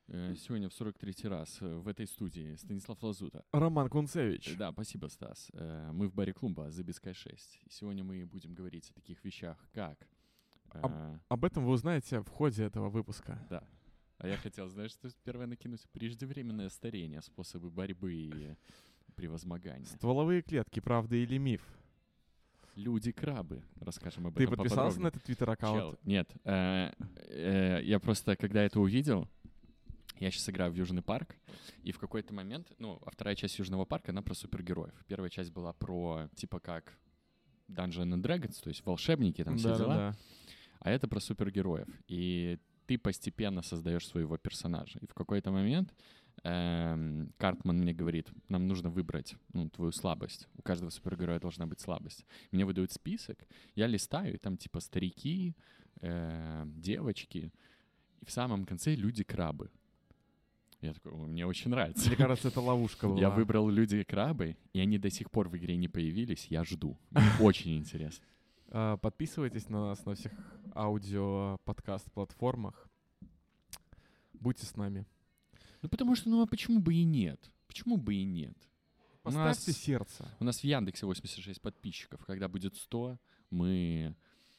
Сегодня в 43-й раз в этой студии Станислав Лазута. Роман Кунцевич. Да, спасибо, Стас. Мы в баре клуба Забиская 6. И сегодня мы будем говорить о таких вещах, как... Об этом вы узнаете в ходе этого выпуска. Да. А я хотел, знаешь, что первое накинуть? Преждевременное старение, способы борьбы и превозмогания. Стволовые клетки, правда или миф? Люди-крабы. Расскажем об Ты этом подписался поподробнее. на этот твиттер-аккаунт? Нет. Я просто, когда это увидел, я сейчас играю в Южный парк, и в какой-то момент, а вторая часть Южного парка, она про супергероев. Первая часть была про, типа, как Dungeons and Dragons, то есть волшебники, там все дела. Да. А это про супергероев. И ты постепенно создаешь своего персонажа. И в какой-то момент Картман мне говорит, нам нужно выбрать твою слабость. У каждого супергероя должна быть слабость. Мне выдают список, я листаю, и там типа старики, девочки, и в самом конце люди-крабы. Я такой, мне очень нравится. Мне кажется, это ловушка была. Я выбрал люди-крабы, и они до сих пор в игре не появились. Я жду. Мне очень интересно. Подписывайтесь на нас на всех аудио-подкаст-платформах. Будьте с нами. Потому что, а почему бы и нет? Почему бы и нет? Поставьте сердце. У нас в Яндексе 86 подписчиков. Когда будет 100, мы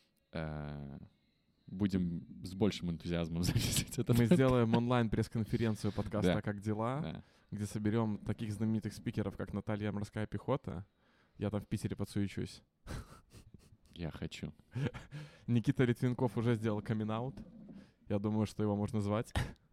будем с большим энтузиазмом записывать это. Мы сделаем онлайн-пресс-конференцию подкаста Да. «Как дела?», Да. где соберем таких знаменитых спикеров, как Наталья Морская пехота. Я там в Питере подсуечусь. Я хочу. Никита Литвинков уже сделал камин-аут. Я думаю, что его можно звать.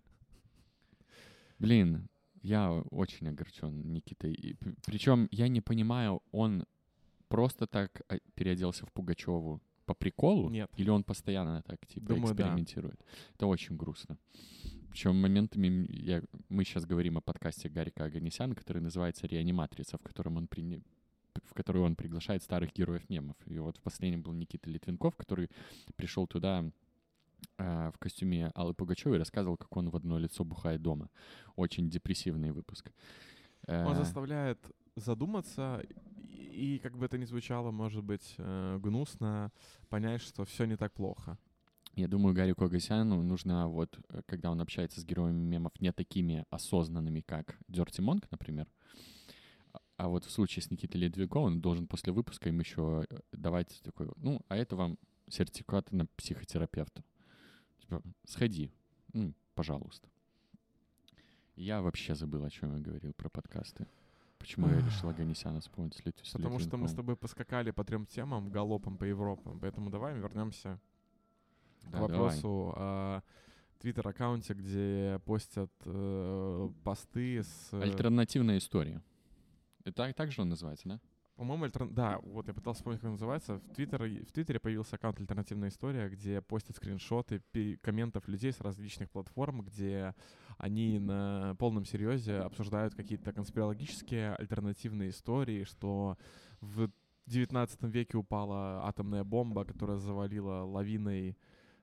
Блин, я очень огорчен Никитой. Причем я не понимаю, он просто так переоделся в Пугачеву по приколу? Нет. Или он постоянно так типа Думаю, экспериментирует? Да. Это очень грустно. Причем моментами мы сейчас говорим о подкасте Гарика Оганесяна, который называется «Реаниматрица», в которой он приглашает старых героев мемов. И вот в последнем был Никита Литвинков, который пришел туда в костюме Аллы Пугачевой и рассказывал, как он в одно лицо бухает дома. Очень депрессивный выпуск. Он заставляет задуматься, и как бы это ни звучало, может быть, гнусно, понять, что все не так плохо. Я думаю, Гарику Оганесяну нужно, вот, когда он общается с героями мемов, не такими осознанными, как Dirty Monk, например, а вот в случае с Никитой Литвинковым он должен после выпуска им еще давать такой, а это вам сертификат на психотерапевта. Типа, сходи, пожалуйста. Я вообще забыл, о чем я говорил про подкасты. Почему я решил Оганесяна вспомнить? Потому что мы с тобой поскакали по 3 темам галопом по Европам. Поэтому давай вернемся к вопросу о твиттер-аккаунте, где постят посты с... Альтернативная история. Это так же он называется, да? По-моему, да, вот я пытался вспомнить, как он называется. В Твиттере появился аккаунт «Альтернативная история», где постят скриншоты комментов людей с различных платформ, где они на полном серьезе обсуждают какие-то конспирологические альтернативные истории, что в 19 веке упала атомная бомба, которая завалила лавиной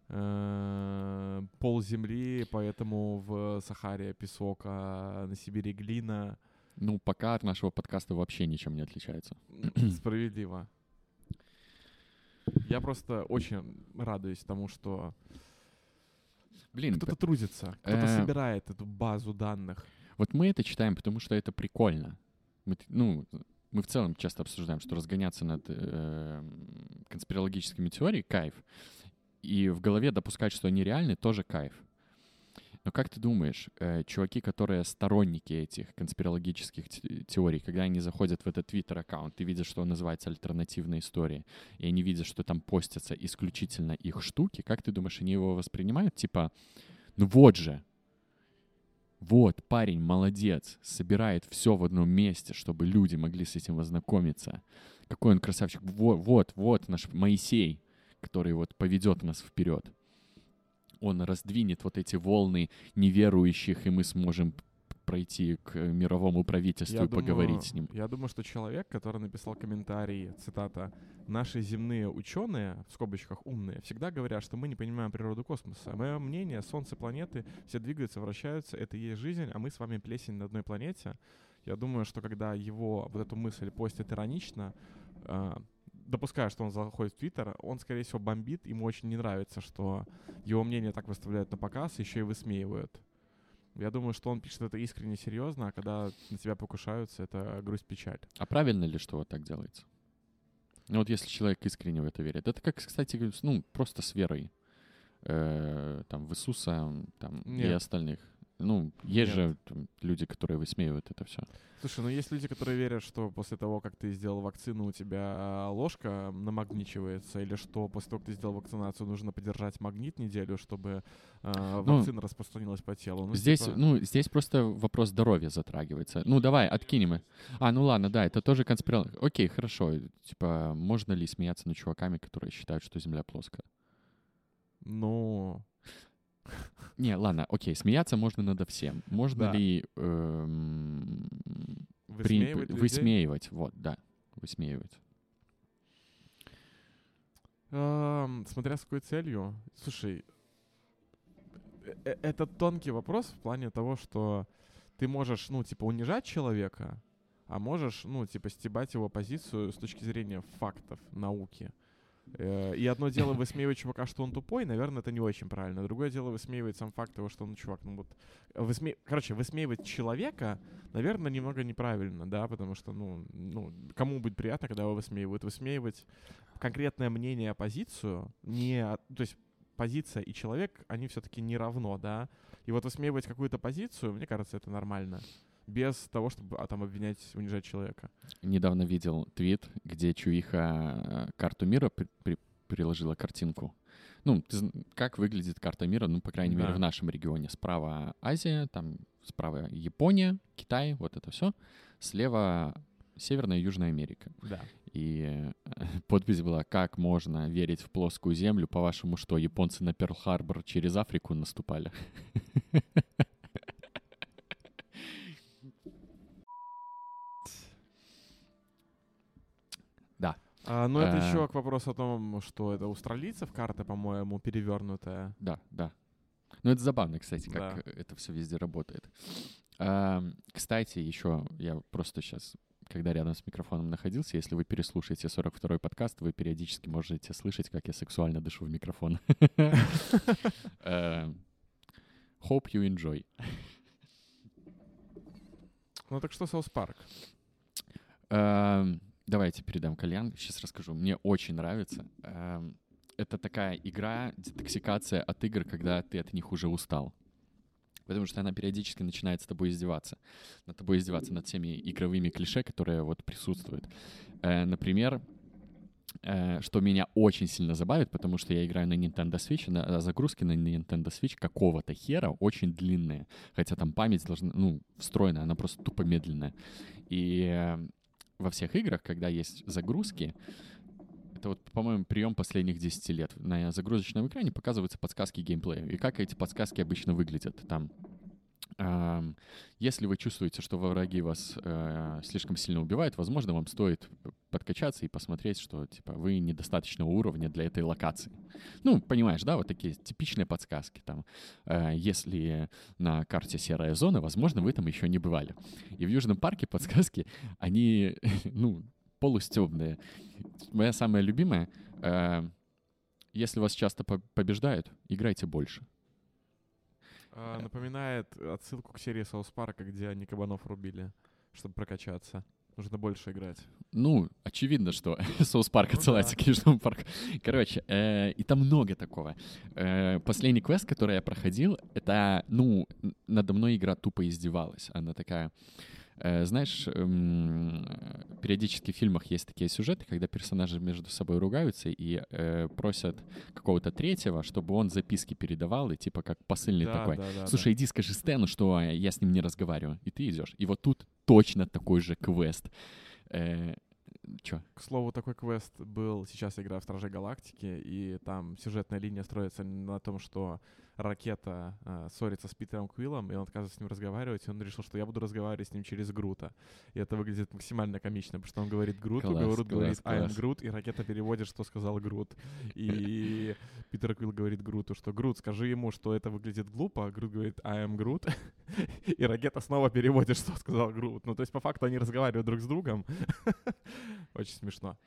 пол земли, поэтому в Сахаре песок, а на Сибири глина. Пока от нашего подкаста вообще ничем не отличается. Справедливо. Я просто очень радуюсь тому, что кто-то трудится, кто-то собирает эту базу данных. Вот мы это читаем, потому что это прикольно. Мы в целом часто обсуждаем, что разгоняться над конспирологическими теориями — кайф. И в голове допускать, что они реальны, тоже кайф. Но как ты думаешь, чуваки, которые сторонники этих конспирологических теорий, когда они заходят в этот твиттер-аккаунт и видят, что он называется «Альтернативная история», и они видят, что там постятся исключительно их штуки, как ты думаешь, они его воспринимают? Типа, вот же, вот парень молодец, собирает все в одном месте, чтобы люди могли с этим ознакомиться. Какой он красавчик. Вот наш Моисей, который вот поведет нас вперед. Он раздвинет вот эти волны неверующих, и мы сможем пройти к мировому правительству и поговорить с ним. Я думаю, что человек, который написал комментарий, цитата, «Наши земные ученые, в скобочках умные, всегда говорят, что мы не понимаем природу космоса. Мое мнение, Солнце, планеты, все двигаются, вращаются, это и есть жизнь, а мы с вами плесень на одной планете». Я думаю, что когда его вот эту мысль постит иронично, допуская, что он заходит в Твиттер, он, скорее всего, бомбит. Ему очень не нравится, что его мнение так выставляют на показ, еще и высмеивают. Я думаю, что он пишет это искренне, серьезно, а когда на тебя покушаются, это грусть-печаль. А правильно ли, что вот так делается? Ну вот если человек искренне в это верит. Это как, кстати, ну, просто с верой. Там, в Иисуса там, и Нет. остальных. Ну, есть Нет. же там, люди, которые высмеивают это все. Слушай, ну есть люди, которые верят, что после того, как ты сделал вакцину, у тебя ложка намагничивается, или что после того, как ты сделал вакцинацию, нужно подержать магнит неделю, чтобы вакцина распространилась по телу. Ну, здесь, типа... ну, здесь просто вопрос здоровья затрагивается. Ну, давай, откинем. Ну ладно, да, это тоже конспирология. Окей, хорошо. Типа, можно ли смеяться над чуваками, которые считают, что Земля плоская? Ну... Не, ладно, окей, смеяться можно надо всем. Можно ли высмеивать? Вот, да, высмеивать. Смотря с какой целью. Слушай, это тонкий вопрос в плане того, что ты можешь, ну, типа, унижать человека, а можешь, ну, типа, стебать его позицию с точки зрения фактов, науки. И одно дело высмеивать чувака, что он тупой, наверное, это не очень правильно. Другое дело высмеивать сам факт того, что он чувак. Ну вот, высмеивать человека, наверное, немного неправильно, да, потому что, ну, кому будет приятно, когда его высмеивают. Высмеивать конкретное мнение, позицию, то есть позиция и человек, они все-таки не равно, да. И вот высмеивать какую-то позицию, мне кажется, это нормально. Без того, чтобы там обвинять, унижать человека. Недавно видел твит, где чувиха карту мира приложила картинку. Ну, как выглядит карта мира, ну, по крайней мере, в нашем регионе. Справа Азия, там справа Япония, Китай, вот это все. Слева Северная и Южная Америка. Да. И подпись была: как можно верить в плоскую землю? По-вашему, что японцы на Перл-Харбор через Африку наступали? Да. Ну, это еще к вопросу о том, что это австралийцев карта, по-моему, перевернутая. Да, да. Ну, это забавно, кстати, как это все везде работает. Кстати, еще я просто сейчас, когда рядом с микрофоном находился, если вы переслушаете 42-й подкаст, вы периодически можете слышать, как я сексуально дышу в микрофон. Hope you enjoy. Ну, так что Саус Парк? Давайте передам кальян, сейчас расскажу. Мне очень нравится. Это такая игра, детоксикация от игр, когда ты от них уже устал. Потому что она периодически начинает с тобой издеваться. Над тобой издеваться над всеми игровыми клише, которые вот присутствуют. Например, что меня очень сильно забавит, потому что я играю на Nintendo Switch, а загрузки на Nintendo Switch какого-то хера очень длинные. Хотя там память должна, ну, встроенная, она просто тупо медленная. И во всех играх, когда есть загрузки, это вот, по-моему, прием последних 10 лет. На загрузочном экране показываются подсказки геймплея. И как эти подсказки обычно выглядят. Там, если вы чувствуете, что враги вас слишком сильно убивают, возможно, вам стоит подкачаться и посмотреть, что типа вы недостаточного уровня для этой локации. Ну, понимаешь, да, вот такие типичные подсказки. Там, если на карте серая зона, возможно, вы там еще не бывали. И в Южном парке подсказки, они, ну, полустёмные. Моя самая любимая: если вас часто побеждают, играйте больше. Напоминает отсылку к серии Саус Парка, где они кабанов рубили, чтобы прокачаться. Нужно больше играть. Ну, очевидно, что Соус Парк отсылается к Южному парку. Короче, и там много такого. Последний квест, который я проходил, это, ну, надо мной игра тупо издевалась. Она такая... Знаешь, периодически в фильмах есть такие сюжеты, когда персонажи между собой ругаются и просят какого-то третьего, чтобы он записки передавал, и типа как посыльный такой. Слушай, иди скажи Стэну, что я с ним не разговариваю. И ты идешь. И вот тут точно такой же квест. Чё? К слову, такой квест был, сейчас игра в Страже Галактики, и там сюжетная линия строится на том, что Ракета ссорится с Питером Квиллом, и он отказывается с ним разговаривать, и он решил, что я буду разговаривать с ним через Грута. И это выглядит максимально комично, потому что он говорит Груту, Грут говорит I am Грут, и Ракета переводит, что сказал Грут. И Питер Квилл говорит Груту, что Грут, скажи ему, что это выглядит глупо, а Грут говорит I am Грут. И Ракета снова переводит, что сказал Грут. Ну, то есть, по факту, они разговаривают друг с другом. Очень смешно.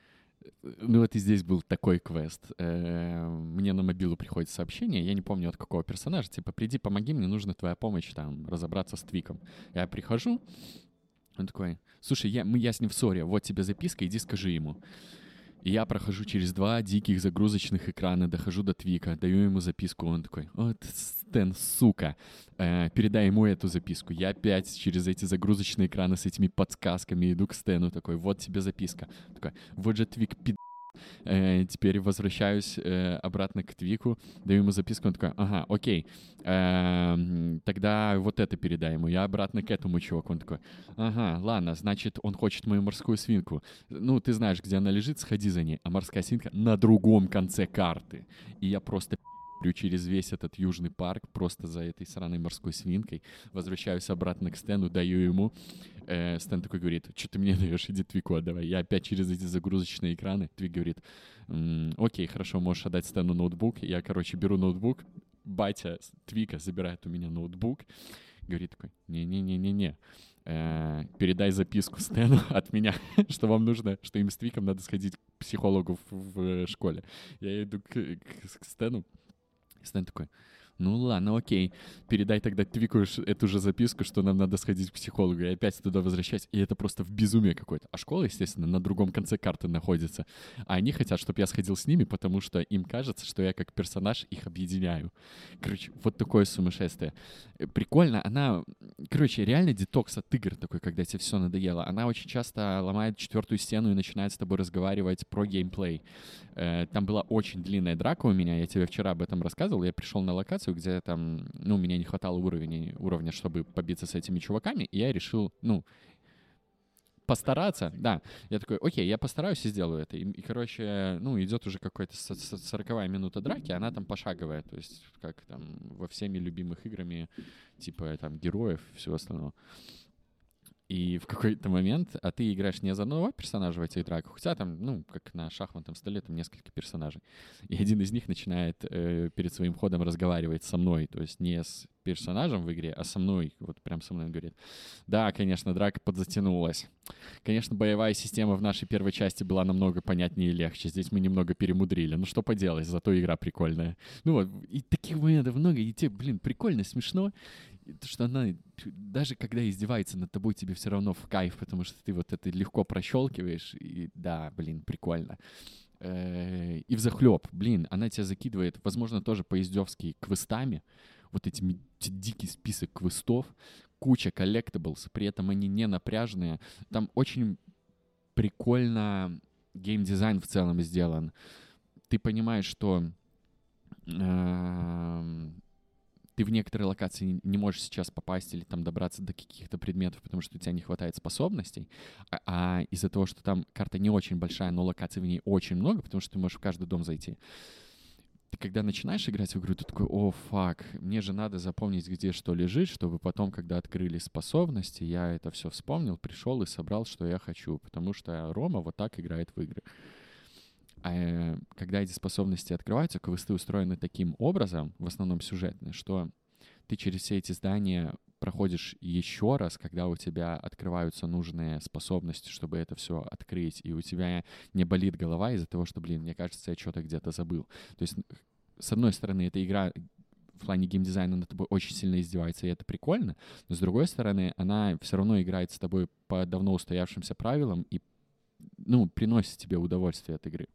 Ну вот и здесь был такой квест. Мне на мобилу приходит сообщение, я не помню от какого персонажа, типа, приди, помоги, мне нужна твоя помощь, там, разобраться с Твиком. Я прихожу, он такой, слушай, я с ним в ссоре, вот тебе записка, иди скажи ему. И я прохожу через 2 диких загрузочных экрана, дохожу до Твика, даю ему записку, он такой, вот Стэн, сука, передай ему эту записку. Я опять через эти загрузочные экраны с этими подсказками иду к Стэну, такой, вот тебе записка. Такой, вот же Твик, теперь возвращаюсь обратно к Твику, даю ему записку, он такой, ага, окей, тогда вот это передай ему. Я обратно к этому чуваку, он такой, ага, ладно, значит, он хочет мою морскую свинку. Ну, ты знаешь, где она лежит, сходи за ней. А морская свинка на другом конце карты. И я просто через весь этот южный парк, просто за этой сраной морской свинкой. Возвращаюсь обратно к Стэну, даю ему. Стэн такой говорит, что ты мне даешь, иди Твику отдавай. Я опять через эти загрузочные экраны. Твик говорит, окей, хорошо, можешь отдать Стэну ноутбук. Я, короче, беру ноутбук. Батя Твика забирает у меня ноутбук. Говорит такой, не-не-не-не-не. Передай записку Стэну от меня, что вам нужно, что им с Твиком надо сходить к психологу в школе. Я иду к Стэну. Стэн такой, ну ладно, окей, передай тогда Твику эту же записку, что нам надо сходить к психологу. И опять туда возвращаюсь, и это просто в безумие какое-то. А школа, естественно, на другом конце карты находится. А они хотят, чтобы я сходил с ними, потому что им кажется, что я как персонаж их объединяю. Короче, вот такое сумасшествие. Прикольно, она... Короче, реально детокс от игр такой, когда тебе все надоело. Она очень часто ломает 4-ю стену и начинает с тобой разговаривать про геймплей. Там была очень длинная драка у меня, я тебе вчера об этом рассказывал. Я пришел на локацию, где там, ну, мне не хватало уровня, чтобы побиться с этими чуваками, и я решил, ну, постараться, да. Я такой, окей, я постараюсь и сделаю это. И короче, ну, идет уже какой-то 40-я минута драки, она там пошаговая, то есть как там во всеми любимых играми, типа там героев и всего остального. И в какой-то момент, а ты играешь не за одного персонажа в этих драках, у тебя там, ну, как на шахматном столе, там несколько персонажей. И один из них начинает перед своим ходом разговаривать со мной, то есть не с персонажем в игре, а со мной, вот прям со мной он говорит. Да, конечно, драка подзатянулась. Конечно, боевая система в нашей первой части была намного понятнее и легче. Здесь мы немного перемудрили. Ну, что поделать, зато игра прикольная. Ну вот, и таких моментов много, и тебе, блин, прикольно, смешно. То, что она, даже когда издевается над тобой, тебе все равно в кайф, потому что ты вот это легко прощелкиваешь, и да, блин, прикольно. И взахлеб, блин, она тебя закидывает, возможно, тоже по-издевски квестами, вот этими дикий список квестов, куча коллектаблс, при этом они не напряжные. Там очень прикольно геймдизайн в целом сделан. Ты понимаешь, что ты в некоторые локации не можешь сейчас попасть или там добраться до каких-то предметов, потому что у тебя не хватает способностей, а из-за того, что там карта не очень большая, но локаций в ней очень много, потому что ты можешь в каждый дом зайти. Ты когда начинаешь играть в игру, ты такой, о, фак, мне же надо запомнить, где что лежит, чтобы потом, когда открыли способности, я это все вспомнил, пришел и собрал, что я хочу, потому что Рома вот так играет в игры. А когда эти способности открываются, квесты устроены таким образом, в основном сюжетные, что ты через все эти здания проходишь еще раз, когда у тебя открываются нужные способности, чтобы это все открыть, и у тебя не болит голова из-за того, что, блин, мне кажется, я что-то где-то забыл. То есть, с одной стороны, эта игра в плане геймдизайна над тобой очень сильно издевается, и это прикольно, но с другой стороны, она все равно играет с тобой по давно устоявшимся правилам и, ну, приносит тебе удовольствие от игры.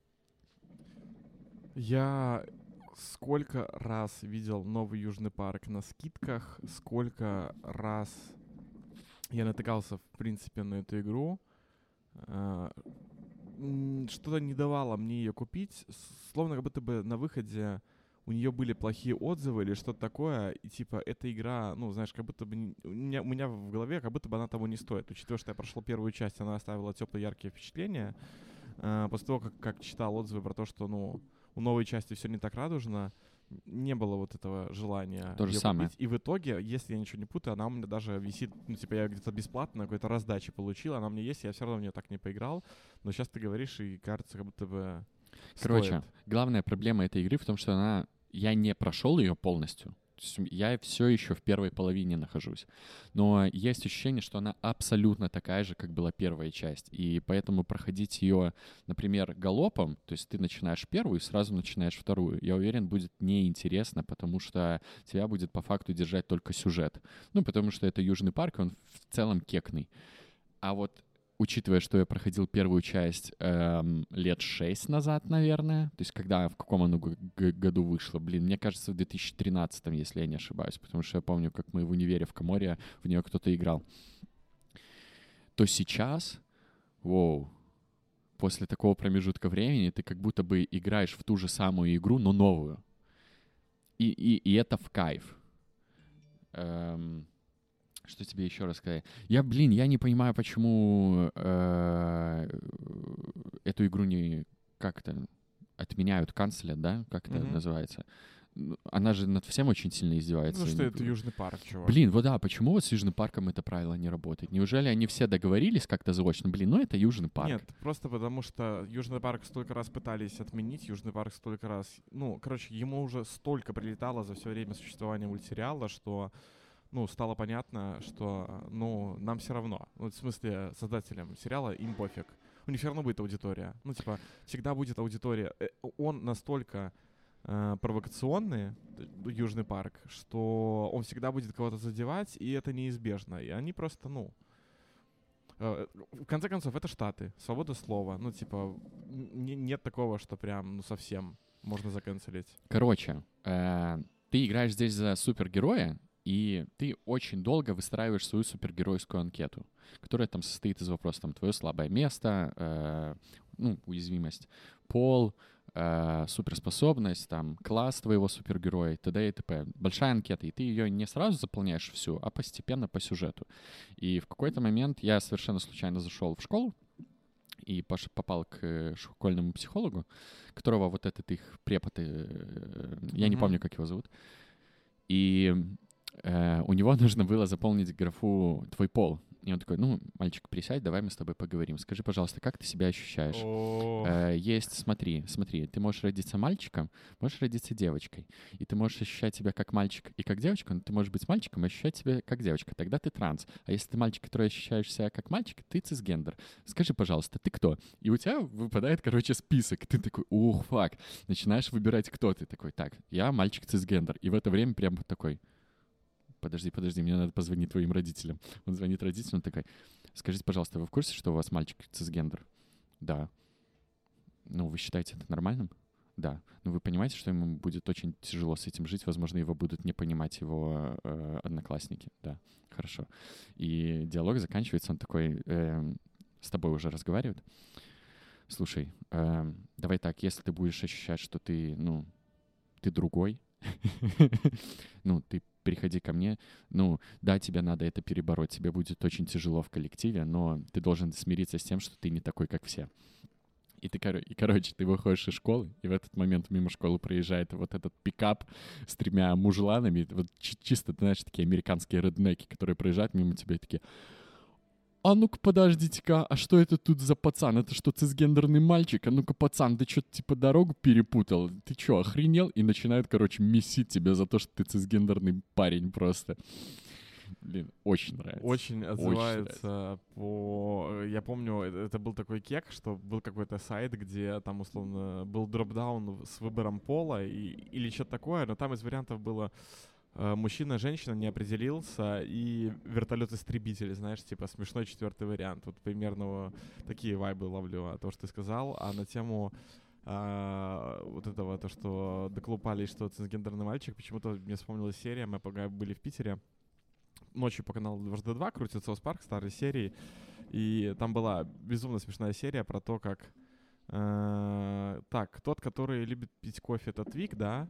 Я сколько раз видел новый Южный парк на скидках, сколько раз я натыкался, в принципе, на эту игру. Что-то не давало мне ее купить, словно как будто бы на выходе у нее были плохие отзывы или что-то такое, и типа эта игра, ну, знаешь, как будто бы у меня в голове, как будто бы она того не стоит. Учитывая, что я прошел первую часть, она оставила теплые, яркие впечатления. После того, как читал отзывы про то, что, ну, у новой части все не так радужно, не было вот этого желания То же самое. купить. И в итоге, если я ничего не путаю, она у меня даже висит, ну, типа, я где-то бесплатно какой-то раздачи получил, она у меня есть, я все равно в нее так не поиграл. Но сейчас ты говоришь, и кажется, как будто бы Короче, стоит. главная проблема этой игры в том, что я не прошел ее полностью. Я все еще в первой половине нахожусь. Но есть ощущение, что она абсолютно такая же, как была первая часть. И поэтому проходить ее, например, галопом, то есть ты начинаешь первую и сразу начинаешь вторую, я уверен, будет неинтересно, потому что тебя будет по факту держать только сюжет. Ну, потому что это Южный парк, он в целом кекный. А вот учитывая, что я проходил первую часть лет 6 назад, наверное, то есть когда, в каком оно году вышло, блин, мне кажется, в 2013, если я не ошибаюсь, потому что я помню, как мы в универе в Каморе, в нее кто-то играл, то сейчас, воу, после такого промежутка времени ты как будто бы играешь в ту же самую игру, но новую. И это в кайф. Что тебе еще рассказать? Я не понимаю, почему эту игру не как-то отменяют, канцелят, да? Как это называется? Она же над всем очень сильно издевается. Ну, что это Южный парк, чувак. Блин, вот да, почему вот с Южным парком это правило не работает? Неужели они все договорились как-то заочно? Блин, ну это Южный парк. Нет, просто потому что Южный парк столько раз пытались отменить, Южный парк столько раз... Ну, короче, ему уже столько прилетало за все время существования мультсериала, что... Ну, стало понятно, что, ну, нам все равно. Ну, в смысле, создателям сериала им пофиг. У них все равно будет аудитория. Ну, типа, всегда будет аудитория. Он настолько провокационный, Южный парк, что он всегда будет кого-то задевать, и это неизбежно. И они просто, ну... В конце концов, это Штаты. Свобода слова. Ну, типа, нет такого, что прям, ну, совсем можно заканцелить. Короче, ты играешь здесь за супергероя, и ты очень долго выстраиваешь свою супергеройскую анкету, которая там состоит из вопросов, там, твое слабое место, ну, уязвимость, пол, суперспособность, там, класс твоего супергероя, т.д. и т.п. Большая анкета, и ты ее не сразу заполняешь всю, а постепенно по сюжету. И в какой-то момент я совершенно случайно зашел в школу и попал к школьному психологу, которого вот этот их препод, я не помню, как его зовут, и... у него нужно было заполнить графу «твой пол». И он такой, ну, мальчик, присядь, давай мы с тобой поговорим. Скажи, пожалуйста, как ты себя ощущаешь? Есть, смотри, ты можешь родиться мальчиком, можешь родиться девочкой. И ты можешь ощущать себя как мальчик и как девочка, но ты можешь быть мальчиком и ощущать себя как девочка. Тогда ты транс. А если ты мальчик, который ощущаешь себя как мальчик, ты цисгендер. Скажи, пожалуйста, ты кто? И у тебя выпадает, короче, список. Ты такой, ух, фак. Начинаешь выбирать, кто ты. Такой, так, я мальчик цисгендер. И в это время прям такой... Подожди, мне надо позвонить твоим родителям. Он звонит родителям, такой, скажите, пожалуйста, вы в курсе, что у вас мальчик цисгендер? Да. Ну, вы считаете это нормальным? Да. Ну, вы понимаете, что ему будет очень тяжело с этим жить, возможно, его будут не понимать его одноклассники? Да. Хорошо. И диалог заканчивается, он такой, с тобой уже разговаривает. Слушай, давай так, если ты будешь ощущать, что ты, ну, ты другой, ну, ты приходи ко мне, ну, да, тебе надо это перебороть, тебе будет очень тяжело в коллективе, но ты должен смириться с тем, что ты не такой, как все. И ты, короче, ты выходишь из школы, и в этот момент мимо школы проезжает вот этот пикап с 3 мужланами, вот чисто, ты знаешь, такие американские реднеки, которые проезжают мимо тебя и такие... А ну-ка, подождите-ка, а что это тут за пацан? Это что, цисгендерный мальчик? А ну-ка, пацан, ты что-то типа дорогу перепутал? Ты что, охренел? И начинают, короче, месить тебя за то, что ты цисгендерный парень просто. Блин, очень нравится. Очень отзывается по... Я помню, это был такой кек, что был какой-то сайт, где там, условно, был дропдаун с выбором пола или что-то такое, но там из вариантов было... Мужчина, женщина не определился, и вертолет-истребитель, знаешь, типа смешной 4-й вариант. Вот примерно такие вайбы ловлю от того, что ты сказал. А на тему вот этого, то, что доколупались, что цисгендерный мальчик, почему-то мне вспомнилась серия, мы пока были в Питере, ночью по каналу «Дважды два» крутится Саус Парк, старые серии, и там была безумно смешная серия про то, как... так, тот, который любит пить кофе, это Твик, да?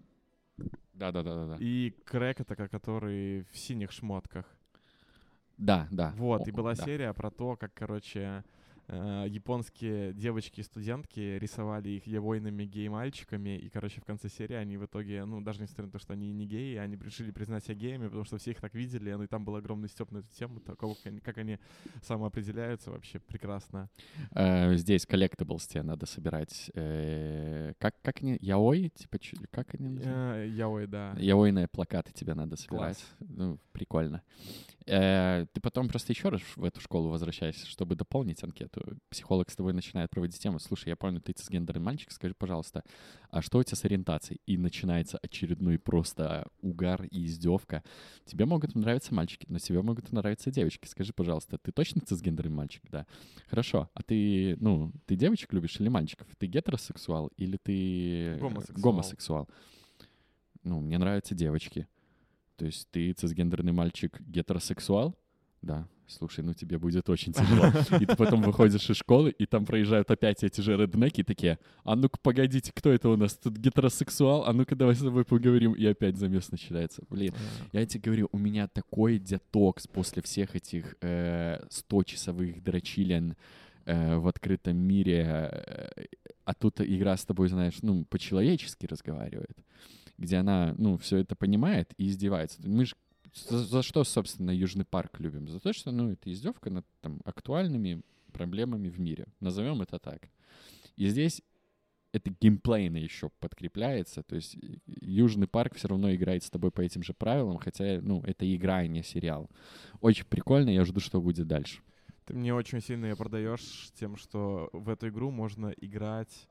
Да. И Крэк — это который в синих шмотках. Да. Вот, и была серия про то, как, короче, японские девочки-студентки рисовали их яойными гей-мальчиками, и, короче, в конце серии они в итоге, ну, даже несмотря на то, что они не геи, они решили признать себя геями, потому что все их так видели, ну, и там был огромный стёб на эту тему, такого, как они самоопределяются, вообще прекрасно. Здесь collectibles тебе надо собирать. Как они? Яой? Типа, как они называются? Яой, да. Яойные плакаты тебе надо собирать. Класс. Ну, прикольно. Ты потом просто еще раз в эту школу возвращаешься, чтобы дополнить анкету. Психолог с тобой начинает проводить тему. Слушай, я понял, ты цисгендерный мальчик, скажи, пожалуйста, а что у тебя с ориентацией? И начинается очередной просто угар и издевка. Тебе могут нравиться мальчики, но тебе могут нравиться девочки. Скажи, пожалуйста, ты точно цисгендерный мальчик? Да. Хорошо. А ты девочек любишь или мальчиков? Ты гетеросексуал или ты гомосексуал? Ну, мне нравятся девочки. То есть ты цисгендерный мальчик гетеросексуал? Да. Слушай, ну тебе будет очень тяжело. И ты потом выходишь из школы, и там проезжают опять эти же реднеки такие: а ну-ка, погодите, кто это у нас тут гетеросексуал? А ну-ка, давай с тобой поговорим. И опять замес начинается. Блин, я тебе говорю, у меня такой детокс после всех этих 100-часовых дрочилен в открытом мире. А тут игра с тобой, знаешь, ну, по-человечески разговаривает, где она, ну, все это понимает и издевается. Мы же за что, собственно, Южный парк любим? За то, что, ну, это издевка над там актуальными проблемами в мире. Назовем это так. И здесь это геймплейно еще подкрепляется. То есть Южный парк все равно играет с тобой по этим же правилам, хотя, ну, это игра, а не сериал. Очень прикольно, я жду, что будет дальше. Ты мне очень сильно ее продаешь тем, что в эту игру можно играть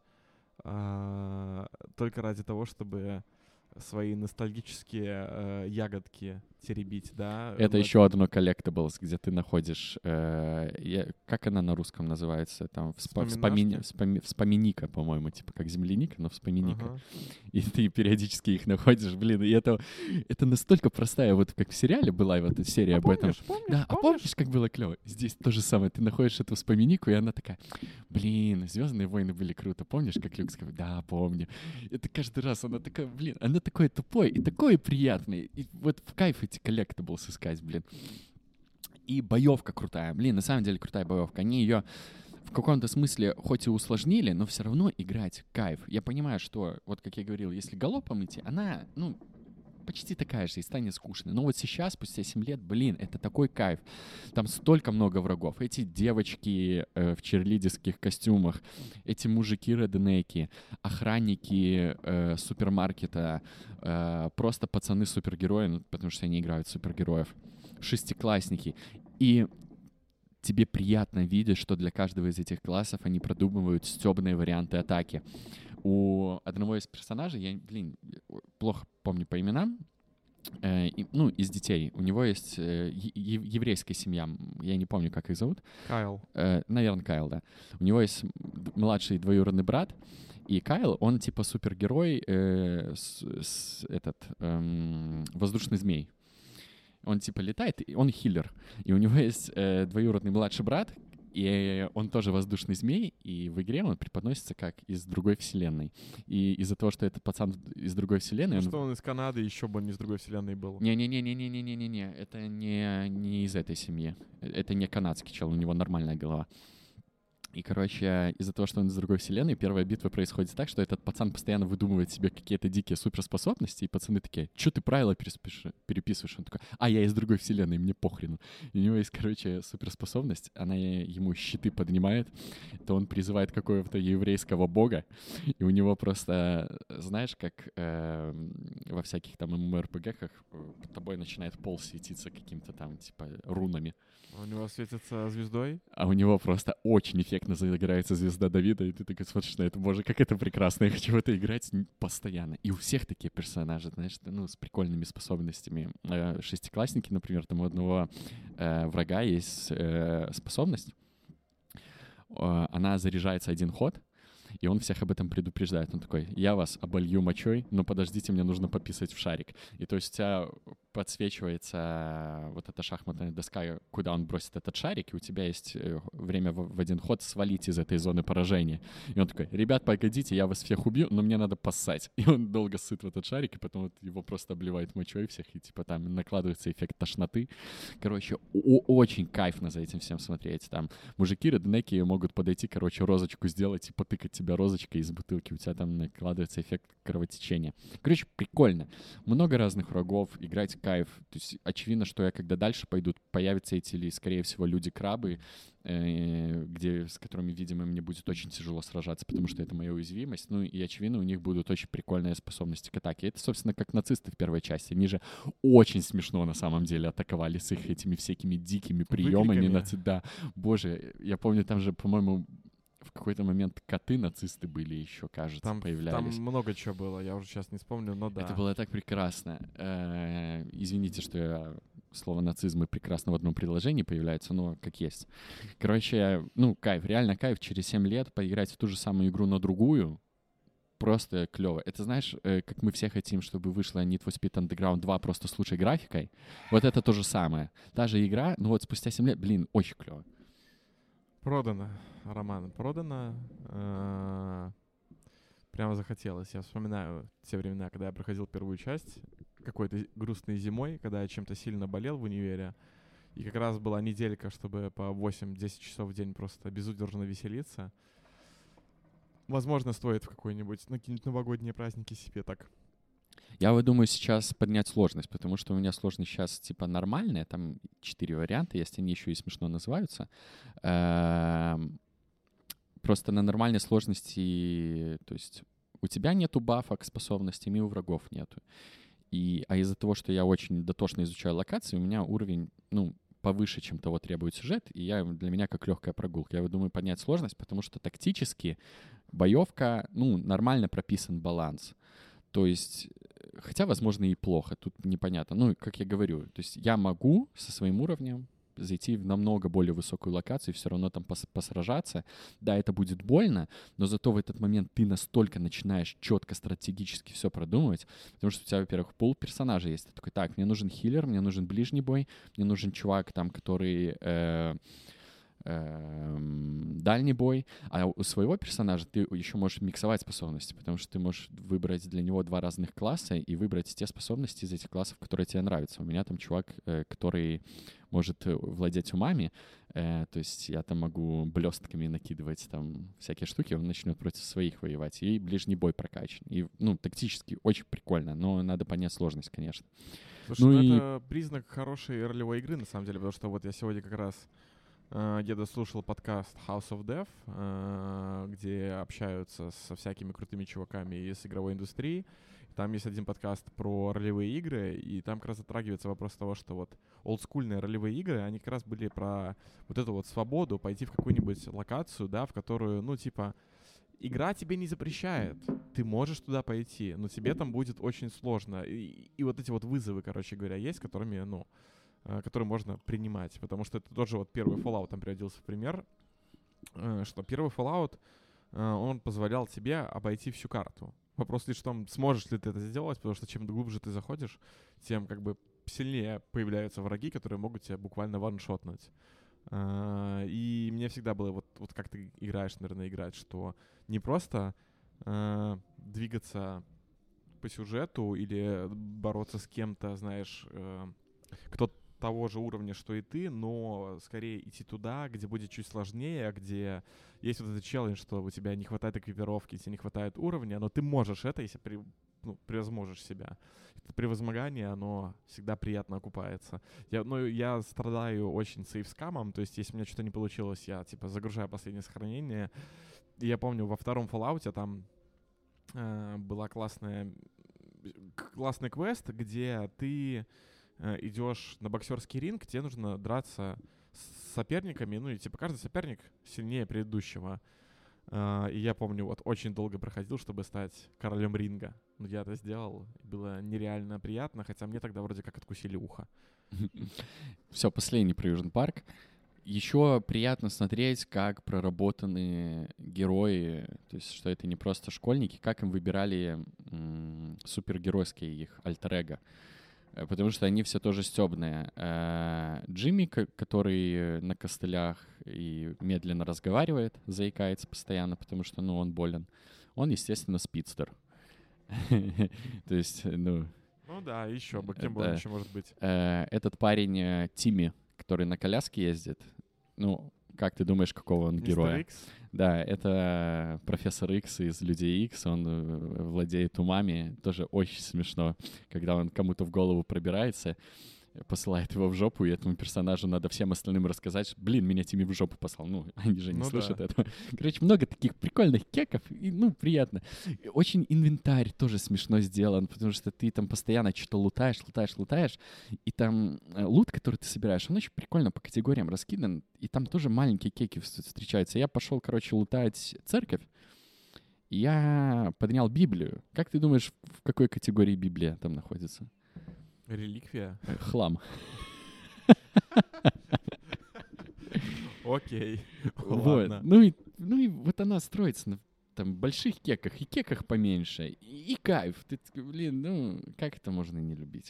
только ради того, чтобы свои ностальгические ягодки теребить, да? Это еще одно collectibles, где ты находишь... как она на русском называется? Там вспоминика, по-моему, типа как земляника, но вспоминика. И ты периодически их находишь, блин, и это настолько простая, вот как в сериале была вот эта серия об этом. Да, а помнишь, как было клево? Здесь то же самое. Ты находишь эту вспоминику, и она такая: блин, «Звездные войны» были круто. Помнишь, как Люк сказал? Да, помню. Это каждый раз она такая, блин, она такое тупое и такое приятное. И вот в кайф эти collectibles искать, блин. И боевка крутая. Блин, на самом деле крутая боевка. Они ее в каком-то смысле хоть и усложнили, но все равно играть кайф. Я понимаю, что, вот как я говорил, если галопом идти, она, ну, почти такая же и станет скучной. Но вот сейчас, спустя 7 лет, блин, это такой кайф. Там столько много врагов. Эти девочки в черлидерских костюмах, эти мужики-реднеки, охранники супермаркета, просто пацаны-супергерои, ну, потому что они играют супергероев, шестиклассники. И тебе приятно видеть, что для каждого из этих классов они продумывают стёбные варианты атаки. У одного из персонажей, я, плохо помню по именам, из детей. У него есть еврейская семья, я не помню, как их зовут. Кайл. Наверное, Кайл, да. У него есть младший двоюродный брат, и Кайл, он типа супергерой, воздушный змей. Он типа летает, и он хиллер. И у него есть двоюродный младший брат, и он тоже воздушный змей, и в игре он преподносится как из другой вселенной. И из-за того, что этот пацан из другой вселенной... Что он из Канады, еще бы он не из другой вселенной был. Не-не-не-не-не-не-не-не, это не из этой семьи. Это не канадский чел, у него нормальная голова. И, короче, из-за того, что он из другой вселенной, первая битва происходит так, что этот пацан постоянно выдумывает себе какие-то дикие суперспособности, и пацаны такие: чё ты правила переписываешь? Он такой: я из другой вселенной, мне похрену. И у него есть, короче, суперспособность, она ему щиты поднимает, то он призывает какого-то еврейского бога, и у него просто, знаешь, как во всяких там MMORPG-ках под тобой начинает пол светиться каким-то там, типа, рунами. У него светится звездой? А у него просто очень эффектно загорается звезда Давида, и ты такой смотришь на это: боже, как это прекрасно, я хочу в это играть постоянно. И у всех такие персонажи, знаешь, с прикольными способностями. Шестиклассники, например, там у одного врага есть способность, она заряжается один ход, И он всех об этом предупреждает. Он такой: я вас оболью мочой, но подождите, мне нужно пописать в шарик. И то есть у тебя подсвечивается вот эта шахматная доска, куда он бросит этот шарик, и у тебя есть время в один ход свалить из этой зоны поражения. И он такой: ребят, погодите, я вас всех убью, но мне надо поссать. И он долго сыт в этот шарик, и потом вот его просто обливает мочой всех, и типа там накладывается эффект тошноты. Короче, очень кайфно за этим всем смотреть. Там мужики реднеки могут подойти, короче, розочку сделать и потыкать тебя розочкой из бутылки. У тебя там накладывается эффект кровотечения. Короче, прикольно. Много разных врагов, играть кайф. То есть очевидно, что я когда дальше пойду, появятся эти, или, скорее всего, люди-крабы, с которыми, видимо, мне будет очень тяжело сражаться, потому что это моя уязвимость. Ну и, очевидно, у них будут очень прикольные способности к атаке. Это, собственно, как нацисты в первой части. Они же очень смешно, на самом деле, атаковали с их этими всякими дикими приемами. Да, боже, я помню, там же, по-моему, в какой-то момент коты нацисты были еще, кажется, там появлялись. Там много чего было, я уже сейчас не вспомню, но да. Это было так прекрасно. Извините, что я слово «нацизм» и «прекрасно» в одном предложении появляется, но как есть. Короче, кайф, реально кайф. Через 7 лет поиграть в ту же самую игру, но другую, просто клево. Это, знаешь, как мы все хотим, чтобы вышла Need for Speed Underground 2 просто с лучшей графикой. Вот это то же самое. Та же игра, но вот спустя 7 лет, очень клево. Продано, Роман, продано. Прямо захотелось. Я вспоминаю те времена, когда я проходил первую часть, какой-то грустной зимой, когда я чем-то сильно болел в универе. И как раз была неделька, чтобы по 8-10 часов в день просто безудержно веселиться. Возможно, стоит в какой-нибудь, на какие-нибудь новогодние праздники себе так. Я вот думаю сейчас поднять сложность, потому что у меня сложность сейчас типа нормальная, там 4 варианта есть, они еще и смешно называются. Просто на нормальной сложности, то есть у тебя нету бафа к способностям, и у врагов нету. А из-за того, что я очень дотошно изучаю локации, у меня уровень, повыше, чем того требует сюжет, и для меня как легкая прогулка. Я вот думаю поднять сложность, потому что тактически боевка, нормально прописан баланс. То есть, хотя, возможно, и плохо, тут непонятно. Как я говорю, то есть я могу со своим уровнем зайти в намного более высокую локацию и все равно там посражаться. Да, это будет больно, но зато в этот момент ты настолько начинаешь четко стратегически все продумывать, потому что у тебя, во-первых, пул персонажа есть. Ты такой: так, мне нужен хиллер, мне нужен ближний бой, мне нужен чувак там, который дальний бой, а у своего персонажа ты еще можешь миксовать способности, потому что ты можешь выбрать для него 2 разных класса и выбрать те способности из этих классов, которые тебе нравятся. У меня там чувак, который может владеть умами, то есть я там могу блестками накидывать там всякие штуки, он начнет против своих воевать, и ближний бой прокачан. И, тактически очень прикольно, но надо понять сложность, конечно. Слушай, это признак хорошей ролевой игры, на самом деле, потому что вот я сегодня как раз я дослушал подкаст House of Dev, где общаются со всякими крутыми чуваками из игровой индустрии. Там есть один подкаст про ролевые игры, и там как раз затрагивается вопрос того, что вот олдскульные ролевые игры, они как раз были про вот эту вот свободу пойти в какую-нибудь локацию, да, в которую, игра тебе не запрещает. Ты можешь туда пойти, но тебе там будет очень сложно. И вот эти вот вызовы, короче говоря, есть, которые можно принимать. Потому что это тоже вот первый Fallout там приводился в пример, что первый Fallout, он позволял тебе обойти всю карту. Вопрос лишь в том, сможешь ли ты это сделать, потому что чем глубже ты заходишь, тем как бы сильнее появляются враги, которые могут тебя буквально ваншотнуть. И мне всегда было вот как ты играешь, наверное, играть, что не просто двигаться по сюжету или бороться с кем-то, знаешь, кто того же уровня, что и ты, но скорее идти туда, где будет чуть сложнее, где есть вот этот челлендж, что у тебя не хватает эквипировки, тебе не хватает уровня, но ты можешь это, если превозможешь себя. Это превозмогание, оно всегда приятно окупается. Я страдаю очень сейфскамом, то есть если у меня что-то не получилось, я загружаю последнее сохранение. И я помню, во втором Fallout там была классный квест, где ты идешь на боксерский ринг, тебе нужно драться с соперниками, и каждый соперник сильнее предыдущего. И я помню, очень долго проходил, чтобы стать королем ринга. Но я это сделал, было нереально приятно, хотя мне тогда вроде как откусили ухо. Все, последний про Южный парк. еще приятно смотреть, как проработаны герои, то есть что это не просто школьники, как им выбирали супергеройские их альтер-эго. Потому что они все тоже стёбные. Джимми, который на костылях и медленно разговаривает, заикается постоянно, потому что, ну, он болен. Он, естественно, спидстер. То есть, ну... Ну да, еще бы, кем бы он еще может быть. Этот парень Тимми, который на коляске ездит, ну, как ты думаешь, какого он героя? Мистер Икс? Да, это профессор Икс из Людей Икс, он владеет умами, тоже очень смешно, когда он кому-то в голову пробирается, посылает его в жопу, и этому персонажу надо всем остальным рассказать, блин, меня Тимми в жопу послал. Ну, они же не слышат этого. Короче, много таких прикольных кеков, и, ну, приятно. Очень инвентарь тоже смешно сделан, потому что ты там постоянно что-то лутаешь, и там лут, который ты собираешь, он очень прикольно по категориям раскидан, и там тоже маленькие кеки встречаются. Я пошел, короче, лутать церковь, и я поднял Библию. Как ты думаешь, в какой категории Библия там находится? Реликвия? Хлам. Окей. Вот. Ну и вот она строится на там больших кеках и кеках поменьше. И кайф. Ты, блин, ну как это можно не любить?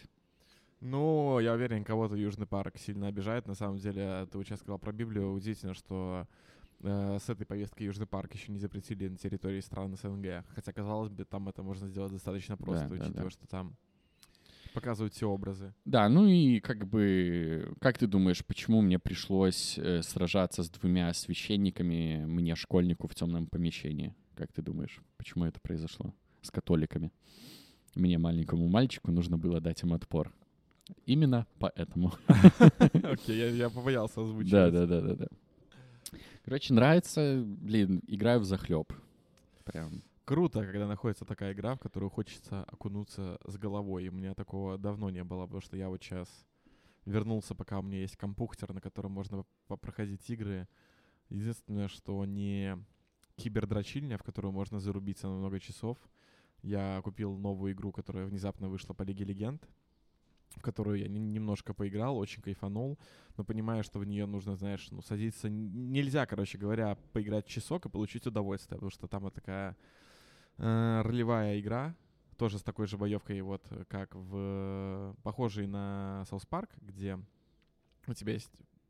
Ну, я уверен, кого-то Южный парк сильно обижает. На самом деле, ты вот сейчас сказал про Библию. Удивительно, что с этой повесткой Южный парк еще не запретили на территории стран СНГ. Хотя, казалось бы, там это можно сделать достаточно просто, учитывая, что там показывают все образы. Да, ну и как бы, как ты думаешь, почему мне пришлось сражаться с 2 священниками, мне, школьнику, в темном помещении? Как ты думаешь, почему это произошло с католиками? Мне, маленькому мальчику, нужно было дать им отпор. Именно поэтому. Окей, я побоялся озвучивать. Да. Короче, нравится, блин, играю взахлеб. Прям. Круто, когда находится такая игра, в которую хочется окунуться с головой. И у меня такого давно не было, потому что я вот сейчас вернулся, пока у меня есть компьютер, на котором можно проходить игры. Единственное, что не кибердрочильня, в которую можно зарубиться на много часов. Я купил новую игру, которая внезапно вышла по Лиге Легенд, в которую я немножко поиграл, очень кайфанул, но понимаю, что в нее нужно, знаешь, ну, садиться... Нельзя, короче говоря, поиграть часок и получить удовольствие, потому что там такая ролевая игра, тоже с такой же боевкой, вот, как в... похожей на South Park, где у тебя есть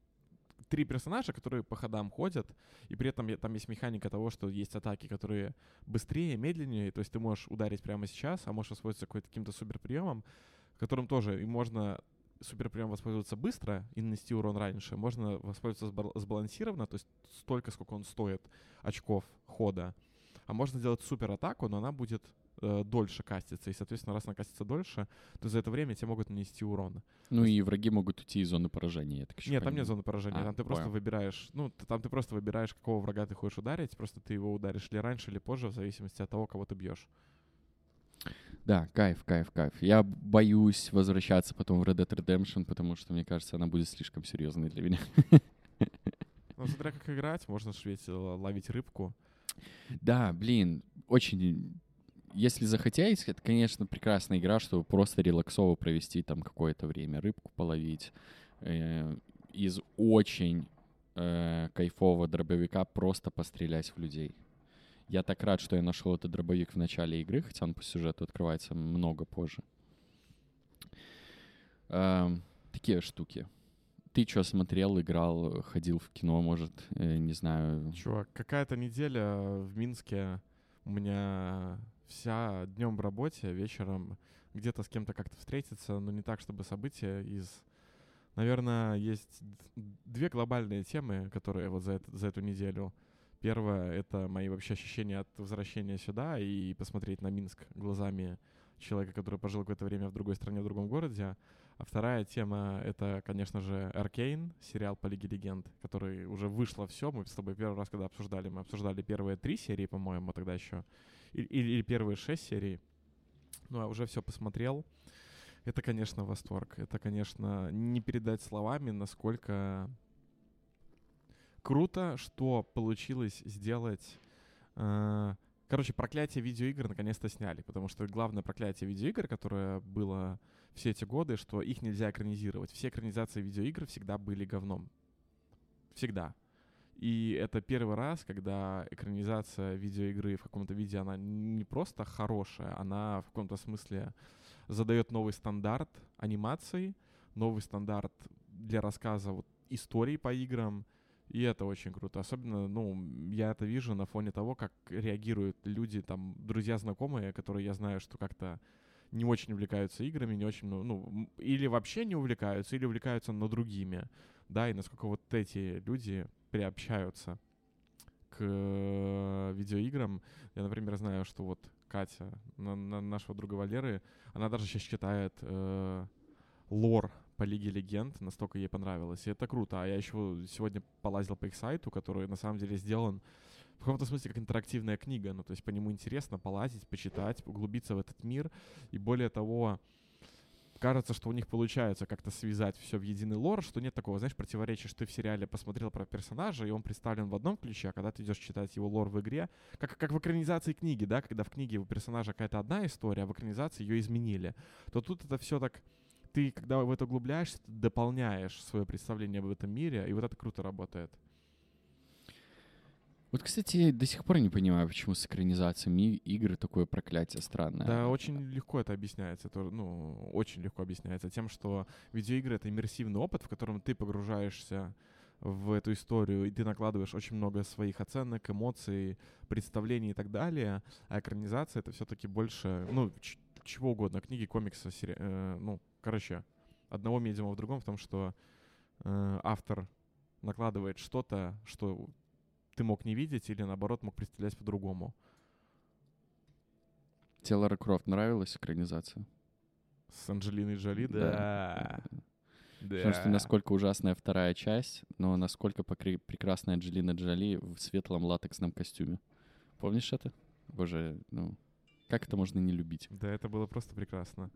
3 персонажа, которые по ходам ходят, и при этом там есть механика того, что есть атаки, которые быстрее, медленнее, то есть ты можешь ударить прямо сейчас, а можешь воспользоваться каким-то суперприемом, которым тоже и можно суперприем воспользоваться быстро и нанести урон раньше, можно воспользоваться сбалансированно, то есть столько, сколько он стоит очков хода, а можно сделать суператаку, но она будет дольше каститься, и, соответственно, раз она кастится дольше, то за это время тебе могут нанести урон. Ну и враги могут уйти из зоны поражения, я так еще Нет, понимаю. там нет зоны поражения, там ты просто выбираешь, ну, там ты просто выбираешь, какого врага ты хочешь ударить, просто ты его ударишь или раньше, или позже, в зависимости от того, кого ты бьешь. Да, кайф. Я боюсь возвращаться потом в Red Dead Redemption, потому что, мне кажется, она будет слишком серьезной для меня. Ну, смотря как играть, можно ж ведь ловить рыбку. Да, блин, очень... Если захотеть, это, конечно, прекрасная игра, чтобы просто релаксово провести там какое-то время, рыбку половить. Из очень кайфового дробовика просто пострелять в людей. Я так рад, что я нашел этот дробовик в начале игры, хотя он по сюжету открывается много позже. Такие штуки. Ты что, смотрел, играл, ходил в кино, может, не знаю? Чувак, какая-то неделя в Минске у меня вся днем в работе, вечером где-то с кем-то как-то встретиться, но не так, чтобы события из... Наверное, есть 2 глобальные темы, которые вот за эту неделю. Первое — это мои вообще ощущения от возвращения сюда и посмотреть на Минск глазами человека, который пожил какое-то время в другой стране, в другом городе. А вторая тема — это, конечно же, Arcane, сериал по Лиге Легенд, который уже вышло все. Мы с тобой первый раз, когда обсуждали, мы обсуждали первые 3 серии, по-моему, тогда еще. Или первые 6 серий. Ну, а уже все посмотрел. Это, конечно, восторг. Это, конечно, не передать словами, насколько круто, что получилось сделать... Короче, проклятие видеоигр наконец-то сняли, потому что главное проклятие видеоигр, которое было все эти годы, что их нельзя экранизировать. Все экранизации видеоигр всегда были говном. Всегда. И это первый раз, когда экранизация видеоигры в каком-то виде, она не просто хорошая, она в каком-то смысле задает новый стандарт анимации, новый стандарт для рассказа вот, историй по играм, и это очень круто. Особенно, я это вижу на фоне того, как реагируют люди, там, друзья, знакомые, которые я знаю, что как-то не очень увлекаются играми, не очень, или вообще не увлекаются, или увлекаются, но другими, да, и насколько вот эти люди приобщаются к видеоиграм. Я, например, знаю, что вот Катя, нашего друга Валеры, она даже сейчас читает лор по Лиге Легенд, настолько ей понравилось. И это круто. А я еще сегодня полазил по их сайту, который на самом деле сделан в каком-то смысле как интерактивная книга. Ну, то есть по нему интересно полазить, почитать, углубиться в этот мир. И более того, кажется, что у них получается как-то связать все в единый лор, что нет такого, знаешь, противоречия, что ты в сериале посмотрел про персонажа, и он представлен в одном ключе, а когда ты идешь читать его лор в игре, как в экранизации книги, да, когда в книге у персонажа какая-то одна история, а в экранизации ее изменили, то тут это все так, ты, когда в это углубляешься, ты дополняешь свое представление об этом мире, и вот это круто работает. Вот, кстати, я до сих пор не понимаю, почему с экранизациями игр такое проклятие странное. Да, очень легко это объясняется. Это, очень легко объясняется тем, что видеоигры — это иммерсивный опыт, в котором ты погружаешься в эту историю, и ты накладываешь очень много своих оценок, эмоций, представлений и так далее. А экранизация — это все-таки больше, чего угодно, книги, комиксы, одного медиума в другом, в том, что автор накладывает что-то, что ты мог не видеть или, наоборот, мог представлять по-другому. Тебе Лара Крофт нравилась экранизация? С Анджелиной Джоли? Да. Да. Потому что насколько ужасная вторая часть, но насколько прекрасная Анджелина Джоли в светлом латексном костюме. Помнишь это? Боже, как это можно не любить? Да, это было просто прекрасно.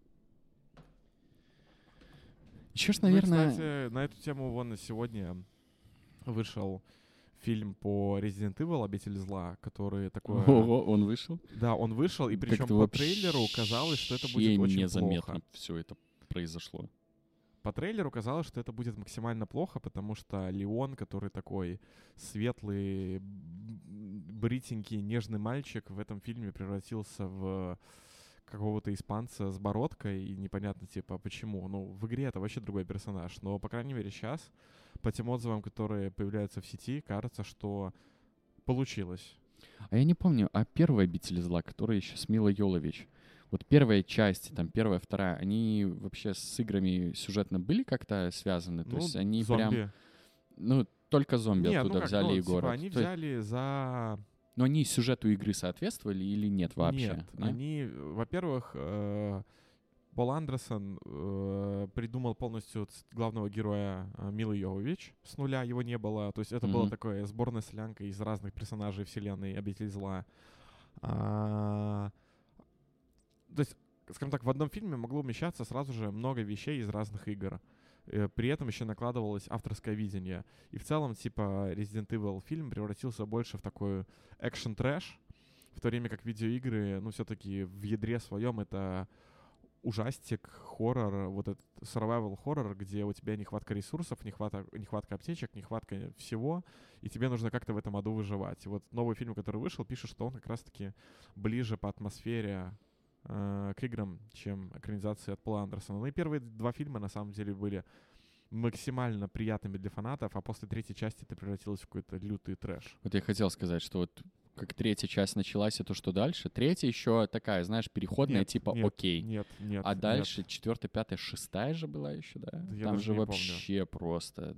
Еще ж, наверное... Кстати, на эту тему вон сегодня вышел фильм по Resident Evil «Обитель зла», который такой... Ого, он вышел? Да, он вышел, и причем по трейлеру казалось, что это будет очень незаметно плохо. Все это произошло. По трейлеру казалось, что это будет максимально плохо, потому что Леон, который такой светлый, бритенький, нежный мальчик, в этом фильме превратился в какого-то испанца с бородкой, и непонятно, почему. В игре это вообще другой персонаж. Но, по крайней мере, сейчас, по тем отзывам, которые появляются в сети, кажется, что получилось. А я не помню, первая «Обитель зла», которая еще с Милой Йовович, вот первая часть, там, первая, вторая, они вообще с играми сюжетно были как-то связаны? То есть они зомби. прям... только зомби оттуда взяли и город. Они взяли за... Но они сюжету игры соответствовали или нет вообще? Нет? Они, во-первых, Пол Андерсон придумал полностью главного героя Милы Йовович с нуля, его не было. То есть это была такая сборная солянка из разных персонажей вселенной «Обитель зла». То есть, скажем так, в одном фильме могло умещаться сразу же много вещей из разных игр. При этом еще накладывалось авторское видение. И в целом, Resident Evil фильм превратился больше в такой экшен-трэш, в то время как видеоигры, все-таки в ядре своем это ужастик, хоррор, вот этот survival хоррор, где у тебя нехватка ресурсов, нехватка аптечек, нехватка всего, и тебе нужно как-то в этом аду выживать. И вот новый фильм, который вышел, пишет, что он как раз-таки ближе по атмосфере к играм, чем экранизации от Пола Андерсона. И первые два фильма, на самом деле, были максимально приятными для фанатов, а после третьей части это превратилось в какой-то лютый трэш. Вот я хотел сказать, что вот как третья часть началась, и то, что дальше. Третья еще такая, знаешь, переходная, окей. Нет. А дальше четвертая, пятая, шестая же была еще, да? Там же вообще просто,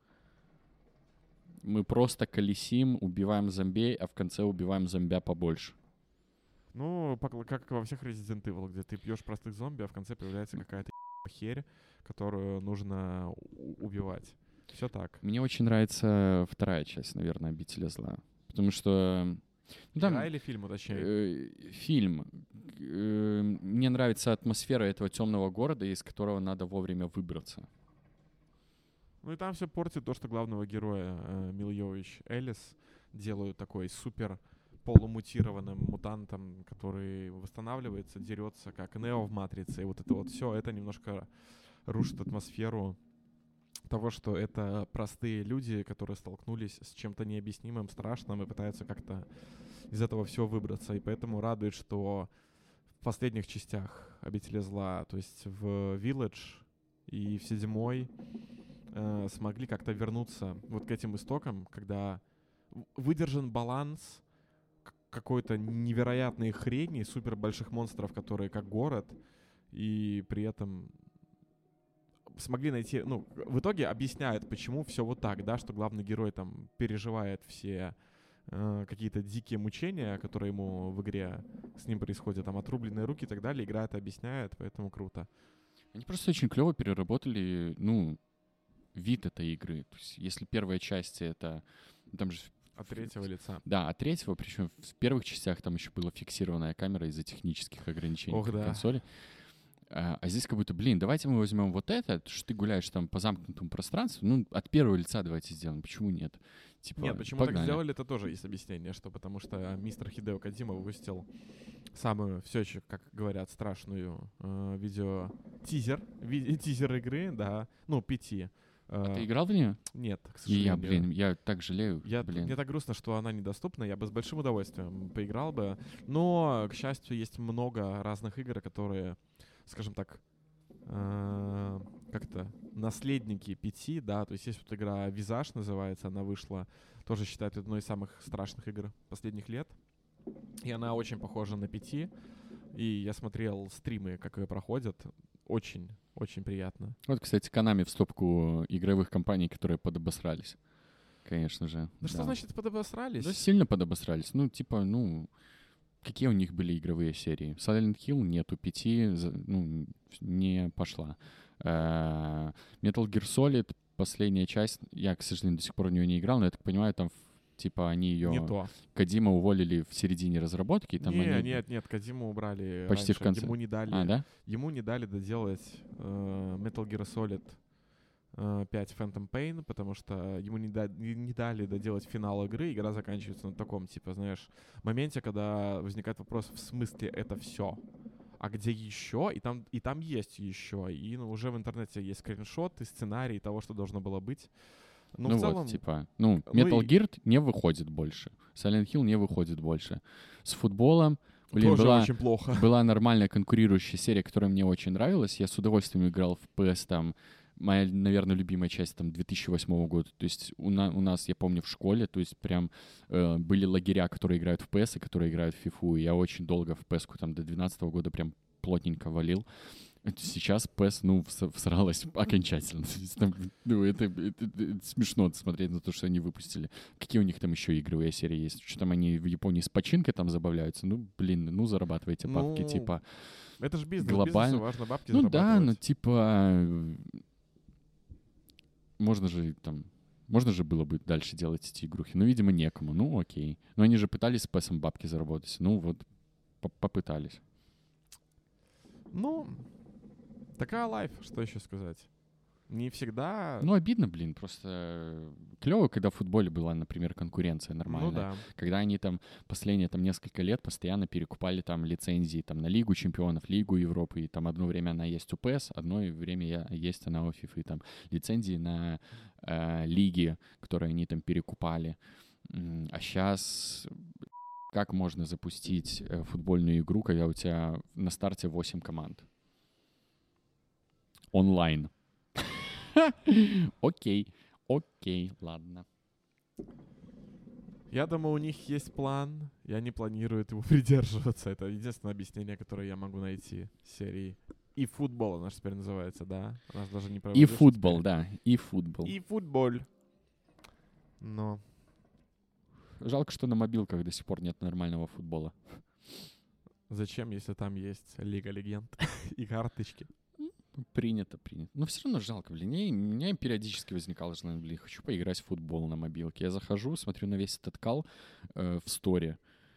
мы просто колесим, убиваем зомби, а в конце убиваем зомбя побольше. Как во всех Resident Evil, где ты пьешь простых зомби, а в конце появляется какая-то херь, которую нужно убивать. Все так. Мне очень нравится вторая часть, наверное, «Обителя зла». Потому что... Игра или фильм, уточняй? Фильм. Мне нравится атмосфера этого темного города, из которого надо вовремя выбраться. И там все портит то, что главного героя Милы Йовович Элис делают такой супер полумутированным мутантом, который восстанавливается, дерется, как Нео в «Матрице». И вот это вот все, это немножко рушит атмосферу того, что это простые люди, которые столкнулись с чем-то необъяснимым, страшным и пытаются как-то из этого всего выбраться. И поэтому радует, что в последних частях «Обители зла», то есть в «Village» и в «Седьмой», смогли как-то вернуться вот к этим истокам, когда выдержан баланс какой-то невероятной хрени, супер больших монстров, которые как город, и при этом смогли найти, ну, в итоге объясняют, почему все вот так, да, что главный герой там переживает все какие-то дикие мучения, которые ему в игре с ним происходят, там отрубленные руки и так далее, игра это объясняет, поэтому круто. Они просто очень клево переработали, ну, вид этой игры. То есть, если первая часть это... Там же От третьего лица. Да, от третьего, причем в первых частях там еще была фиксированная камера из-за технических ограничений консоли. А здесь как будто, блин, давайте мы возьмем вот это, что ты гуляешь там по замкнутому пространству, ну, от первого лица давайте сделаем. Почему нет? Типа, нет, почему погнали. так сделали, это тоже есть объяснение, что потому что мистер Хидео Кодзима выпустил самую, все еще, как говорят, страшную видео-тизер, тизер игры, да, ну, 5. А ты играл в нее? Нет, к И я, сожалению. я так жалею. Мне так грустно, что она недоступна. Я бы с большим удовольствием поиграл бы. Но, к счастью, есть много разных игр, которые, скажем так, как-то наследники 5, да. То есть есть вот игра «Визаж» называется, она вышла, тоже считают одной из самых страшных игр последних лет. И она очень похожа на 5. И я смотрел стримы, как ее проходят. Очень приятно. Вот, кстати, Konami в стопку игровых компаний, которые подобосрались. Конечно же. Ну что значит подобосрались? Да, сильно подобосрались. Ну, типа, ну, какие у них были игровые серии? Silent Hill нету, 5, ну, не пошла. Metal Gear Solid, последняя часть, я, к сожалению, до сих пор в нее не играл, но я так понимаю, там типа они ее... Кодзима уволили в середине разработки. Там нет, Кодзиму убрали почти раньше. в конце. Ему не дали, да? Ему не дали доделать Metal Gear Solid 5 Phantom Pain, потому что ему не дали доделать финал игры. Игра заканчивается на таком, типа, знаешь, моменте, когда возникает вопрос, в смысле это все? А где еще? И там есть еще. И уже в интернете есть скриншот и сценарий того, что должно было быть. Ну в целом, вот, типа, Metal Gear не выходит больше. Silent Hill не выходит больше. С футболом, блин, очень плохо. Была нормальная конкурирующая серия, которая мне очень нравилась. Я с удовольствием играл в PS, там, моя, наверное, любимая часть, там, 2008 года. То есть у нас, я помню, в школе, то есть прям были лагеря, которые играют в PS, и которые играют в FIFA. И я очень долго в PS-ку, там, до 2012 года прям плотненько валил. Сейчас PES, ну, всралась окончательно. Это смешно смотреть на то, что они выпустили. Какие у них там еще игровые серии есть? Что там они в Японии с починкой там забавляются? Ну, блин, ну, зарабатывайте бабки, типа... Это же бизнес, глобально. Бизнесу важно бабки зарабатывать. Ну да, но типа... Можно же было бы дальше делать эти игрухи. Ну, видимо, некому. Ну, окей. Но они же пытались с PES бабки заработать. Ну, вот, попытались. Ну... Такая лайф, что еще сказать? Не всегда... Ну, обидно, блин, просто клево, когда в футболе была, например, конкуренция нормальная. Ну да. Когда они там последние там несколько лет постоянно перекупали там лицензии там на Лигу чемпионов, Лигу Европы, и там одно время она есть у PES, одно время есть она у FIFA, и там лицензии на лиги, которые они там перекупали. А сейчас... Как можно запустить футбольную игру, когда у тебя на старте 8 команд? Онлайн. Окей, ладно. Я думаю, у них есть план, и они планируют его придерживаться. Это единственное объяснение, которое я могу найти серии. И футбол она же теперь называется, да? Она же даже не И футбол, да, и футбол. И футбол. Но... Жалко, что на мобилках до сих пор нет нормального футбола. Зачем, если там есть Лига Легенд и карточки? Принято. Но все равно жалко, блин. У меня периодически возникало желание, блин, хочу поиграть в футбол на мобилке. Я захожу, смотрю на весь этот кал в сторе.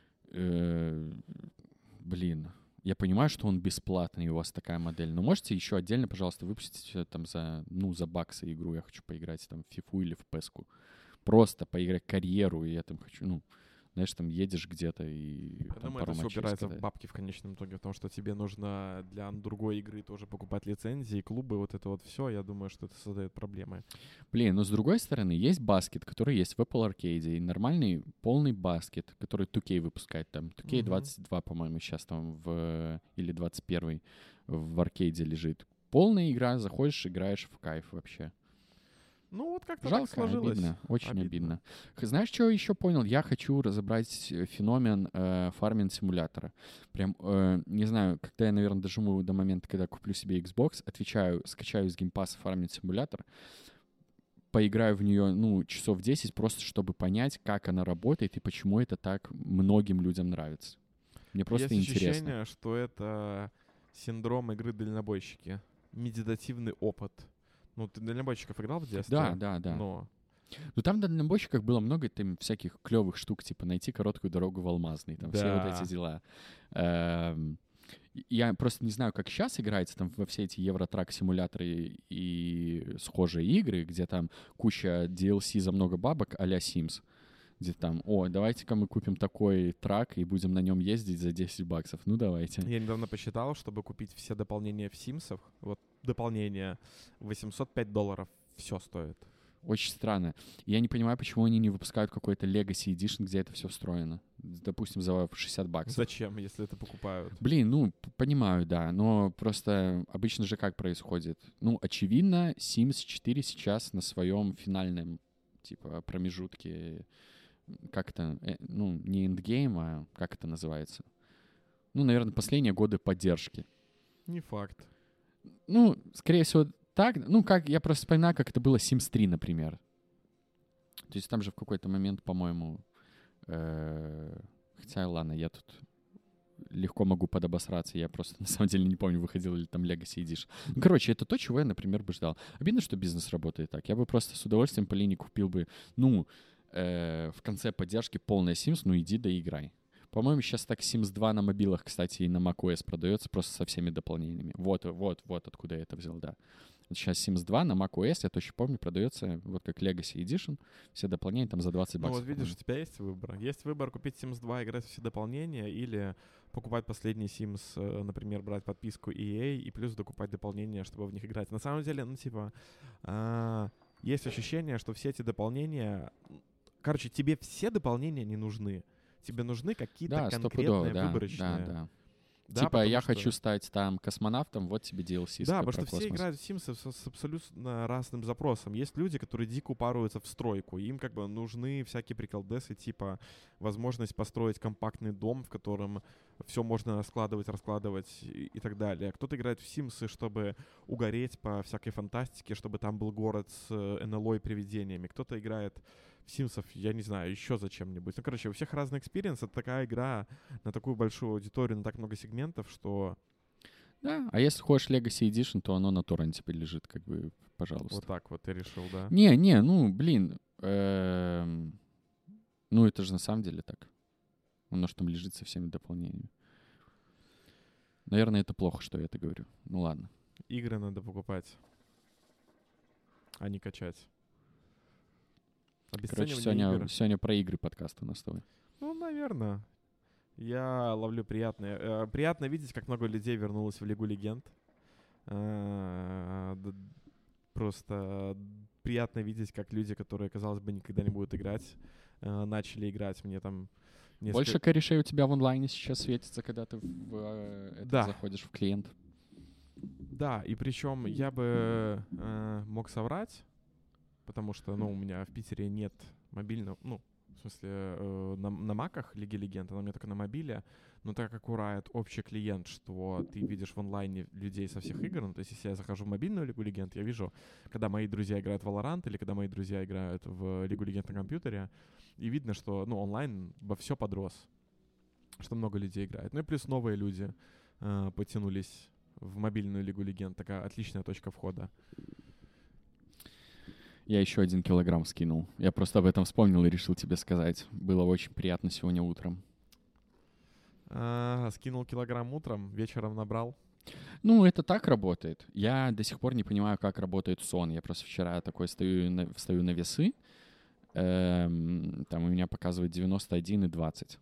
Блин, я понимаю, что он бесплатный, у вас такая модель. Но можете еще отдельно, пожалуйста, выпустить там за баксы игру. Я хочу поиграть там в фифу или в песку. Просто поиграть карьеру, и я там хочу, знаешь, там едешь где-то и Я там думаю, пару это все матчей упирается в сказать. бабки в конечном итоге, потому что тебе нужно для другой игры тоже покупать лицензии, клубы, вот это вот все. Я думаю, что это создает проблемы. Блин, но с другой стороны, есть баскет, который есть в Apple Arcade, и нормальный полный баскет, который 2K выпускает там. 2K22, по-моему, сейчас там или 21 в аркейде лежит. Полная игра, заходишь, играешь в кайф вообще. Ну, вот как-то так Жалко, сложилось. обидно, очень обидно. Знаешь, что еще понял? Я хочу разобрать феномен фарминг-симулятора. Прям, не знаю, когда я, наверное, дожму до момента, когда куплю себе Xbox, скачаю из геймпасса фарминг-симулятор, поиграю в нее, часов 10, просто чтобы понять, как она работает и почему это так многим людям нравится. Мне просто Есть интересно. ощущение, что это синдром игры дальнобойщики. Медитативный опыт. Ну, ты дальнобойщиков играл в детстве? Да. Но... Ну, там в дальнобойщиках было много там всяких клевых штук, типа найти короткую дорогу в Алмазный, там все вот эти дела. Я просто не знаю, как сейчас играется там во все эти Евротрак-симуляторы и схожие игры, где там куча DLC за много бабок а-ля Sims. Где там, давайте-ка мы купим такой трак и будем на нем ездить за $10. Ну, давайте. Я недавно посчитал, чтобы купить все дополнения в Симсах, вот дополнение $805 все стоит. Очень странно. Я не понимаю, почему они не выпускают какой-то Legacy Edition, где это все встроено. Допустим, за $60. Зачем, если это покупают? Блин, понимаю, да, но просто обычно же как происходит? Очевидно, Sims 4 сейчас на своем финальном, типа, промежутке, как это, не эндгейм, а как это называется? Наверное, последние годы поддержки. Не факт. Скорее всего, так, как я просто вспоминаю, как это было Sims 3, например. То есть там же в какой-то момент, по-моему, хотя, ладно, я тут легко могу подобосраться, я просто на самом деле не помню, выходил ли там Legacy Edition. Короче, это то, чего я, например, бы ждал. Обидно, что бизнес работает так. Я бы просто с удовольствием по линии купил бы, в конце поддержки полная Sims, иди да играй. По-моему, сейчас так Sims 2 на мобилах, кстати, и на macOS продается просто со всеми дополнениями. Вот откуда я это взял, да. Вот сейчас Sims 2 на macOS, я точно помню, продается вот как Legacy Edition, все дополнения там за $20. Ну вот видишь, у тебя есть выбор. Есть выбор купить Sims 2, играть в все дополнения, или покупать последний Sims, например, брать подписку EA и плюс докупать дополнения, чтобы в них играть. На самом деле, есть ощущение, что все эти дополнения... Короче, тебе все дополнения не нужны. Тебе нужны какие-то конкретные выборочные. Да. Типа, я хочу стать там космонавтом, вот тебе DLC. Да, потому что все играют в Sims с абсолютно разным запросом. Есть люди, которые дико упарываются в стройку. Им как бы нужны всякие приколдесы, типа возможность построить компактный дом, в котором все можно раскладывать и так далее. Кто-то играет в Sims, чтобы угореть по всякой фантастике, чтобы там был город с НЛО и привидениями. Кто-то играет в Симсов, я не знаю, еще зачем-нибудь. Короче, у всех разный экспириенс. Это такая игра на такую большую аудиторию, на так много сегментов, что... Да, а если хочешь Legacy Edition, то оно на торренте лежит, как бы, пожалуйста. Вот так вот ты решил, да? Не, блин. Это же на самом деле так. Оно же там лежит со всеми дополнениями. Наверное, это плохо, что я это говорю. Ну ладно. Игры надо покупать, а не качать. Короче, сегодня про игры подкаст у нас с тобой. Ну, наверное. Я ловлю приятное. Приятно видеть, как много людей вернулось в Лигу Легенд. Просто приятно видеть, как люди, которые, казалось бы, никогда не будут играть, начали играть. Мне там... Больше корешей у тебя в онлайне сейчас светится, когда ты заходишь в клиент. Да, и причем я бы мог соврать, потому что, у меня в Питере нет мобильного, в смысле, на маках Лиги Легенд, она у меня только на мобиле, но так как у Riot общий клиент, что ты видишь в онлайне людей со всех игр, то есть если я захожу в мобильную Лигу Легенд, я вижу, когда мои друзья играют в Valorant или когда мои друзья играют в Лигу Легенд на компьютере, и видно, что, онлайн во все подрос, что много людей играет. Ну и плюс новые люди потянулись в мобильную Лигу Легенд, такая отличная точка входа. Я еще 1 килограмм скинул. Я просто об этом вспомнил и решил тебе сказать. Было очень приятно сегодня утром. Скинул килограмм утром, вечером набрал? Это так работает. Я до сих пор не понимаю, как работает сон. Я просто вчера такой встаю на весы, Там у меня показывает 91 и 20.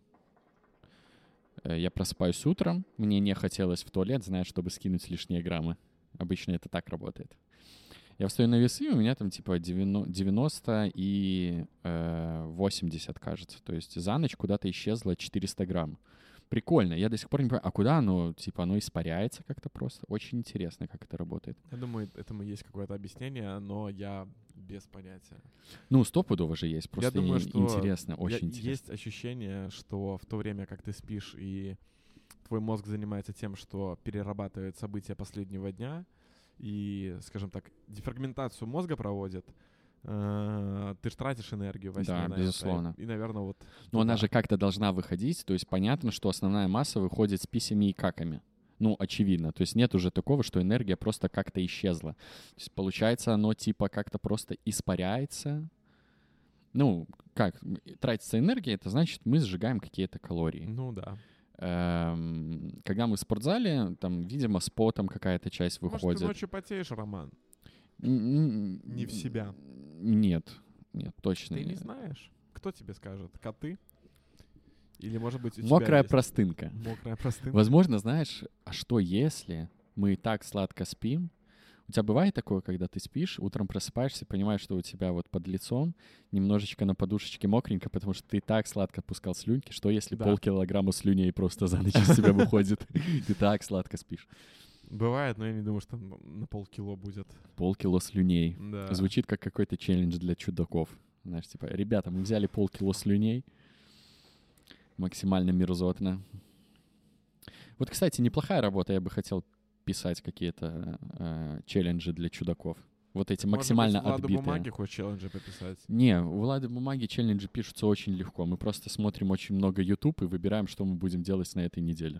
Я просыпаюсь утром, мне не хотелось в туалет, знаешь, чтобы скинуть лишние граммы. Обычно это так работает. Я встаю на весы, у меня там типа 90 и 80, кажется. То есть за ночь куда-то исчезло 400 грамм. Прикольно. Я до сих пор не понимаю, а куда оно? Типа оно испаряется как-то просто. Очень интересно, как это работает. Я думаю, этому есть какое-то объяснение, но я без понятия. Ну, стопудово же есть. Просто Я думаю, что интересно, очень интересно. Есть ощущение, что в то время, как ты спишь, и твой мозг занимается тем, что перерабатывает события последнего дня, и, скажем так, дефрагментацию мозга проводит, ты же тратишь энергию во сне Да, на безусловно. это. И, наверное, вот... Но она же как-то должна выходить. То есть понятно, что основная масса выходит с писями и каками. Ну, очевидно. То есть нет уже такого, что энергия просто как-то исчезла. То есть получается, оно типа как-то просто испаряется. Ну, как? Тратится энергия, это значит, мы сжигаем какие-то калории. Ну да. Когда мы в спортзале, там, видимо, с потом какая-то часть выходит. Может, ты ночью потеешь, Роман? Не в себя. Нет, точно Ты нет. не знаешь? Кто тебе скажет? Коты? Или, может быть, у Мокрая тебя есть простынка. мокрая простынка? Возможно, знаешь, а что если мы и так сладко спим? У тебя бывает такое, когда ты спишь, утром просыпаешься, понимаешь, что у тебя вот под лицом немножечко на подушечке мокренько, потому что ты так сладко пускал слюньки, что если Да. полкилограмма слюней просто за ночь из тебя выходит, ты так сладко спишь. Бывает, но я не думаю, что там на полкило будет. Полкило слюней. Да. Звучит как какой-то челлендж для чудаков. Знаешь, типа, ребята, мы взяли полкило слюней, максимально мерзотно. Вот, кстати, неплохая работа, я бы хотел писать какие-то челленджи для чудаков. Вот эти максимально Может быть, отбитые. Владу бумаги хочешь челленджи пописать? Не, у Влады бумаги челленджи пишутся очень легко. Мы просто смотрим очень много YouTube и выбираем, что мы будем делать на этой неделе.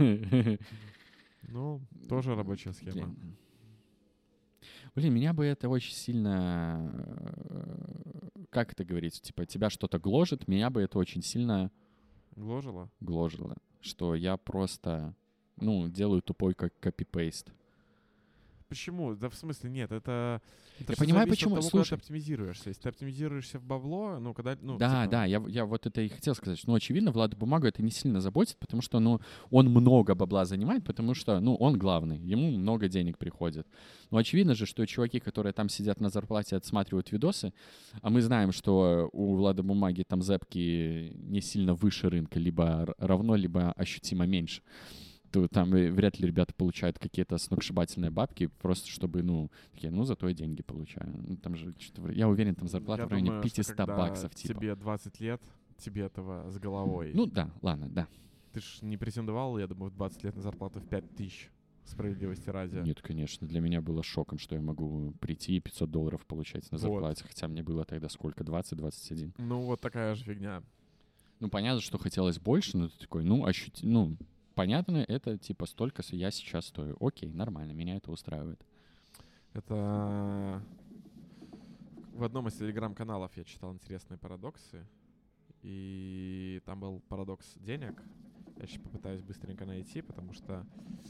Ну, тоже рабочая схема. Блин, меня бы это очень сильно... Как это говорить? Типа, тебя что-то гложет, меня бы это очень сильно Гложила? что я просто, делаю тупой как копипейст. Почему? Да в смысле нет, это Я понимаю, почему. от того, Слушай, когда ты оптимизируешься. Если ты оптимизируешься в бабло, когда... да, я вот это и хотел сказать. Что, очевидно, Влада Бумагу это не сильно заботит, потому что, он много бабла занимает, потому что, он главный, ему много денег приходит. Но очевидно же, что чуваки, которые там сидят на зарплате, отсматривают видосы, а мы знаем, что у Влада Бумаги там зэпки не сильно выше рынка, либо равно, либо ощутимо меньше. То там вряд ли ребята получают какие-то сногсшибательные бабки, просто чтобы, зато я деньги получаю. Там же, я уверен, там зарплата в районе 500 баксов. Типа. Тебе 20 лет, тебе этого с головой. Ну да, ладно, да. Ты ж не претендовал, я думаю, в 20 лет на зарплату в 5000, справедливости ради. Нет, конечно, для меня было шоком, что я могу прийти и $500 получать на зарплате, хотя мне было тогда сколько, 20-21. Ну вот такая же фигня. Понятно, что хотелось больше, но ты такой, понятно, это типа столько я сейчас стою. Окей, нормально, меня это устраивает. Это в одном из телеграм-каналов я читал интересные парадоксы, и там был парадокс денег. Я сейчас попытаюсь быстренько найти, потому что...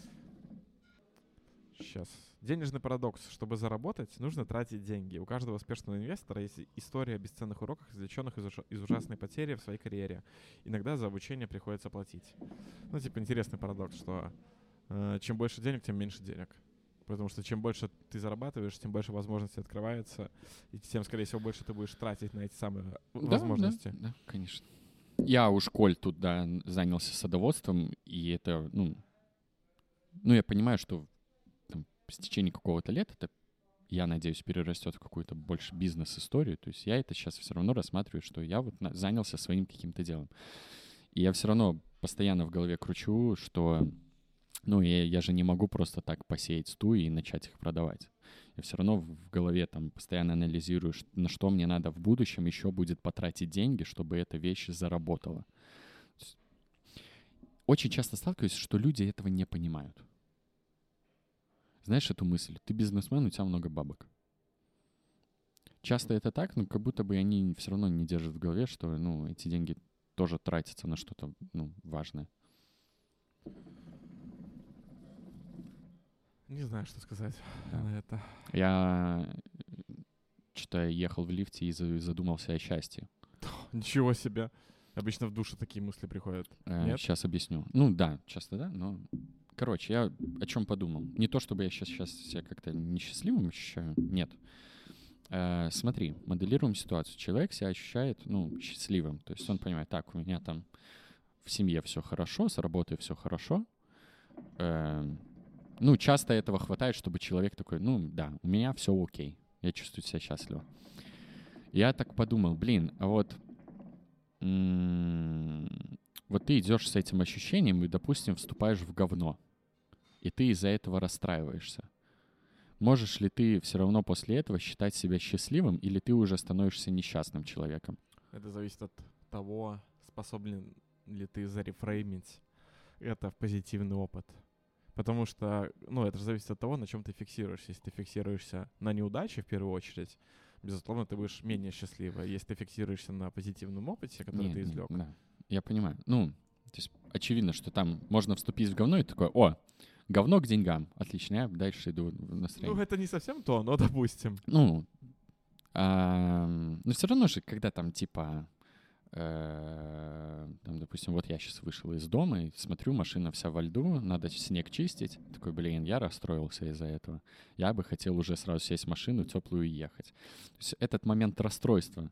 Сейчас. Денежный парадокс. Чтобы заработать, нужно тратить деньги. У каждого успешного инвестора есть история о бесценных уроках, извлеченных из ужасной потери в своей карьере. Иногда за обучение приходится платить. Интересный парадокс, что чем больше денег, тем меньше денег. Потому что чем больше ты зарабатываешь, тем больше возможностей открывается, и тем, скорее всего, больше ты будешь тратить на эти самые возможности. Да, конечно. Я у школь тут, занялся садоводством, и это, я понимаю, что с течением какого-то лета это, я надеюсь, перерастет в какую-то больше бизнес-историю. То есть я это сейчас все равно рассматриваю, что я вот занялся своим каким-то делом. И я все равно постоянно в голове кручу, что, я же не могу просто так посеять стуи и начать их продавать. Я все равно в голове там постоянно анализирую, на что мне надо в будущем еще будет потратить деньги, чтобы эта вещь заработала. Очень часто сталкиваюсь, что люди этого не понимают. Знаешь эту мысль? Ты бизнесмен, у тебя много бабок. Часто это так, но как будто бы они все равно не держат в голове, что, эти деньги тоже тратятся на что-то, важное. Не знаю, что сказать на это. что я ехал в лифте и задумался о счастье. Ничего себе. Обычно в душе такие мысли приходят. Нет? Сейчас объясню. Ну да, часто да, но... Короче, я о чем подумал. Не то, чтобы я сейчас себя как-то несчастливым ощущаю. Нет. Смотри, моделируем ситуацию. Человек себя ощущает, счастливым. То есть он понимает, так, у меня там в семье все хорошо, с работой все хорошо. Часто этого хватает, чтобы человек такой, да, у меня все окей. Я чувствую себя счастливо. Я так подумал, а вот ты идешь с этим ощущением и, допустим, вступаешь в говно. И ты из-за этого расстраиваешься. Можешь ли ты все равно после этого считать себя счастливым, или ты уже становишься несчастным человеком? Это зависит от того, способен ли ты зарефреймить это в позитивный опыт. Потому что, это же зависит от того, на чем ты фиксируешься. Если ты фиксируешься на неудаче, в первую очередь, безусловно, ты будешь менее счастливый. Если ты фиксируешься на позитивном опыте, который ты извлек. Да, я понимаю. То есть очевидно, что там можно вступить в говно и такое, говно к деньгам. Отлично, я дальше иду в настроение. Это не совсем то, но допустим. Но все равно же, когда там типа, допустим, вот я сейчас вышел из дома и смотрю, машина вся во льду, надо снег чистить. Такой, я расстроился из-за этого. Я бы хотел уже сразу сесть в машину теплую и ехать. То есть этот момент расстройства,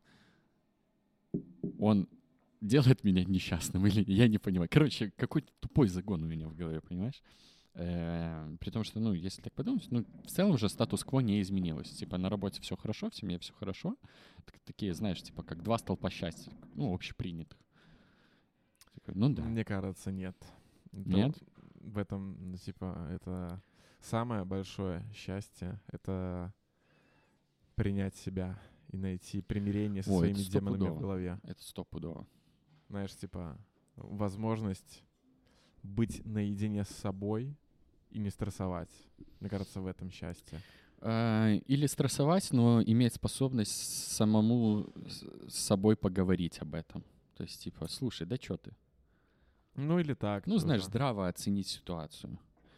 он делает меня несчастным или я не понимаю. Короче, какой-то тупой загон у меня в голове, понимаешь? При том, что, если так подумать, в целом же статус-кво не изменилось. Типа на работе все хорошо, в семье все хорошо. Такие, знаешь, типа как два столпа счастья, общепринятых. Да. Мне кажется, нет. Нет? В этом, это самое большое счастье. Это принять себя и найти примирение со своими демонами в голове. Это стопудово. Знаешь, возможность быть наедине с собой и не стрессовать. Мне кажется, в этом счастье. Или стрессовать, но иметь способность самому с собой поговорить об этом. То есть, слушай, да что ты? Или так. Знаешь, здраво оценить ситуацию.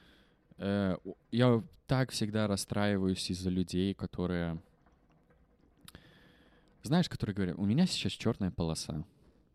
Я так всегда расстраиваюсь из-за людей, которые... Знаешь, которые говорят, у меня сейчас черная полоса.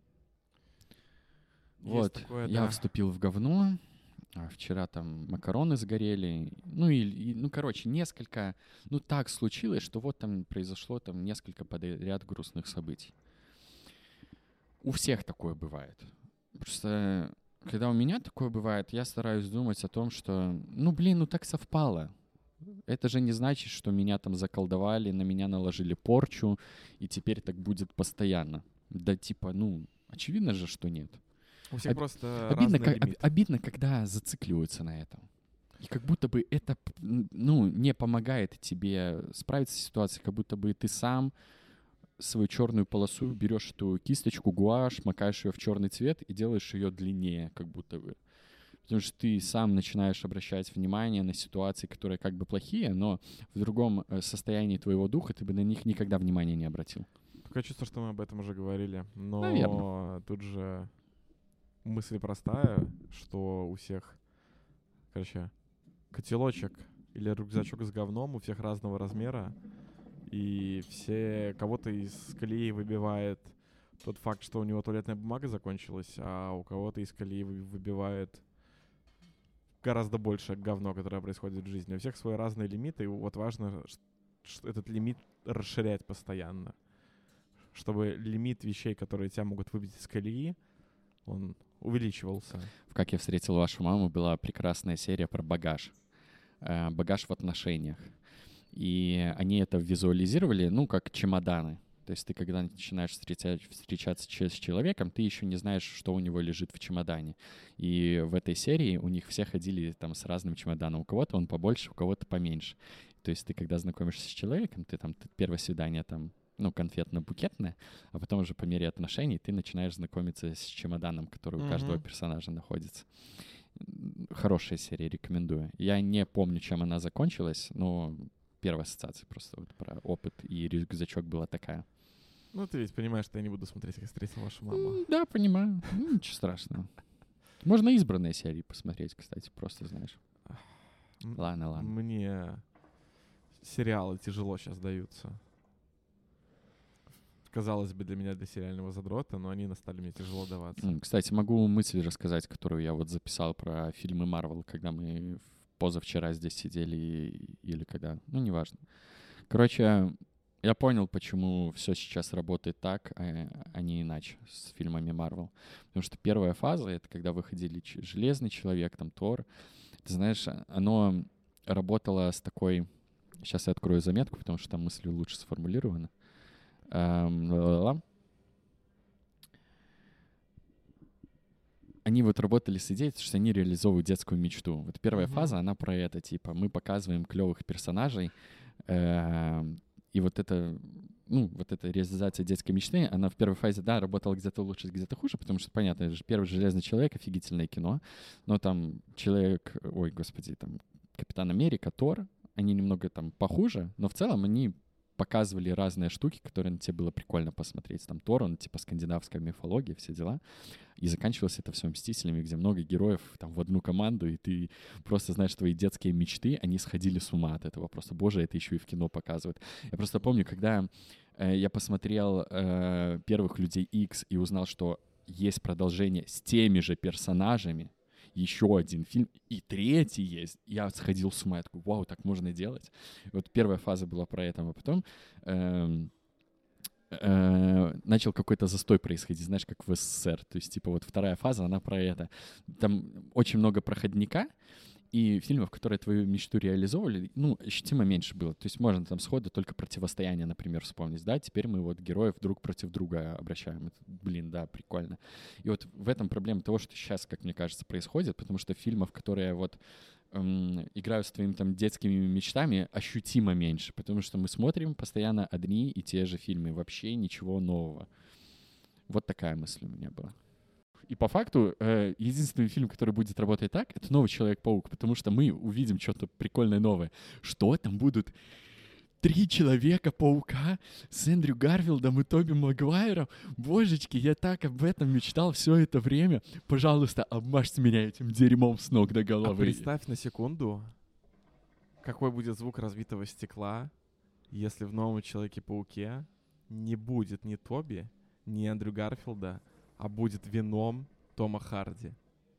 Есть такое, я вступил в говно, вчера там макароны сгорели, несколько, так случилось, что вот там произошло несколько подряд грустных событий. У всех такое бывает. Просто, когда у меня такое бывает, я стараюсь думать о том, что, так совпало. Это же не значит, что меня там заколдовали, на меня наложили порчу, и теперь так будет постоянно. Да очевидно же, что нет. У всех просто обидно, когда зацикливаются на этом. И как будто бы это, не помогает тебе справиться с ситуацией, как будто бы ты сам свою черную полосу берешь эту кисточку, гуашь, макаешь ее в черный цвет и делаешь ее длиннее, как будто бы. Потому что ты сам начинаешь обращать внимание на ситуации, которые как бы плохие, но в другом состоянии твоего духа ты бы на них никогда внимания не обратил. Такое чувство, что мы об этом уже говорили. Но наверное. Тут же мысль простая, что у всех, котелочек или рюкзачок с говном у всех разного размера, и кого-то из колеи выбивает тот факт, что у него туалетная бумага закончилась, а у кого-то из колеи выбивает гораздо больше говно, которое происходит в жизни. У всех свои разные лимиты, и важно этот лимит расширять постоянно, чтобы лимит вещей, которые тебя могут выбить из колеи, он увеличивался. В «Как я встретил вашу маму» была прекрасная серия про багаж. Багаж в отношениях. И они это визуализировали, как чемоданы. То есть ты, когда начинаешь встречаться с человеком, ты еще не знаешь, что у него лежит в чемодане. И в этой серии у них все ходили там с разным чемоданом. У кого-то он побольше, у кого-то поменьше. То есть ты, когда знакомишься с человеком, ты первое свидание конфетно-букетное, а потом уже по мере отношений ты начинаешь знакомиться с чемоданом, который у каждого персонажа находится. Хорошая серия, рекомендую. Я не помню, чем она закончилась, но первая ассоциация просто про опыт и рюкзачок была такая. Ты ведь понимаешь, что я не буду смотреть, как встретил вашу маму. Да, понимаю. Ничего страшного. Можно избранные серии посмотреть, кстати, просто, знаешь. Ладно. Мне сериалы тяжело сейчас даются. казалось бы, для меня, для сериального задрота, но они стали мне тяжело даваться. Кстати, могу мысль рассказать, которую я вот записал про фильмы Марвел, когда мы позавчера здесь сидели или когда, ну, неважно. Короче, я понял, почему все сейчас работает так, а не иначе с фильмами Марвел. Потому что первая фаза — это когда выходили Железный Человек, там, Тор. Ты знаешь, оно работало с такой... Сейчас я открою заметку, потому что там мысли лучше сформулированы. Они вот работали с идеей, что они реализовывают детскую мечту. Вот первая фаза, она про это, типа, мы показываем клевых персонажей, и вот это, ну, вот эта реализация детской мечты, она в первой фазе, да, работала где-то лучше, где-то хуже, потому что, понятно, это же первый «Железный человек», офигительное кино, но там там Капитан Америка, Тор, они немного там похуже, но в целом они показывали разные штуки, которые на тебе было прикольно посмотреть. Там Тор, он типа скандинавская мифология, все дела. И заканчивалось это все «Мстителями», где много героев там в одну команду, и ты просто знаешь, твои детские мечты, они сходили с ума от этого. Просто, боже, это еще и в кино показывают. Я просто помню, когда я посмотрел первых «Людей Икс» и узнал, что есть продолжение с теми же персонажами, еще один фильм, и третий есть. Я сходил с ума, я такой, вау, так можно делать. И вот первая фаза была про это, а потом начал какой-то застой происходить, знаешь, как в СССР. То есть, типа, вот вторая фаза, она про это. Там очень много проходника, и фильмов, которые твою мечту реализовывали, ну, ощутимо меньше было. То есть можно там сходу только «Противостояние», например, вспомнить, да? Теперь мы вот героев друг против друга обращаем. Это, блин, да, прикольно. И вот в этом проблема того, что сейчас, как мне кажется, происходит, потому что фильмов, которые вот играют с твоими там детскими мечтами, ощутимо меньше, потому что мы смотрим постоянно одни и те же фильмы, вообще ничего нового. Вот такая мысль у меня была. И по факту единственный фильм, который будет работать так, это «Новый Человек-паук», потому что мы увидим что-то прикольное новое. Что там будут 3 Человека-паука с Эндрю Гарфилдом и Тоби Магуайром? Божечки, я так об этом мечтал все это время. Пожалуйста, обмажьте меня этим дерьмом с ног до головы. А представь на секунду, какой будет звук разбитого стекла, если в «Новом Человеке-пауке» не будет ни Тоби, ни Эндрю Гарфилда, а будет Веном Тома Харди.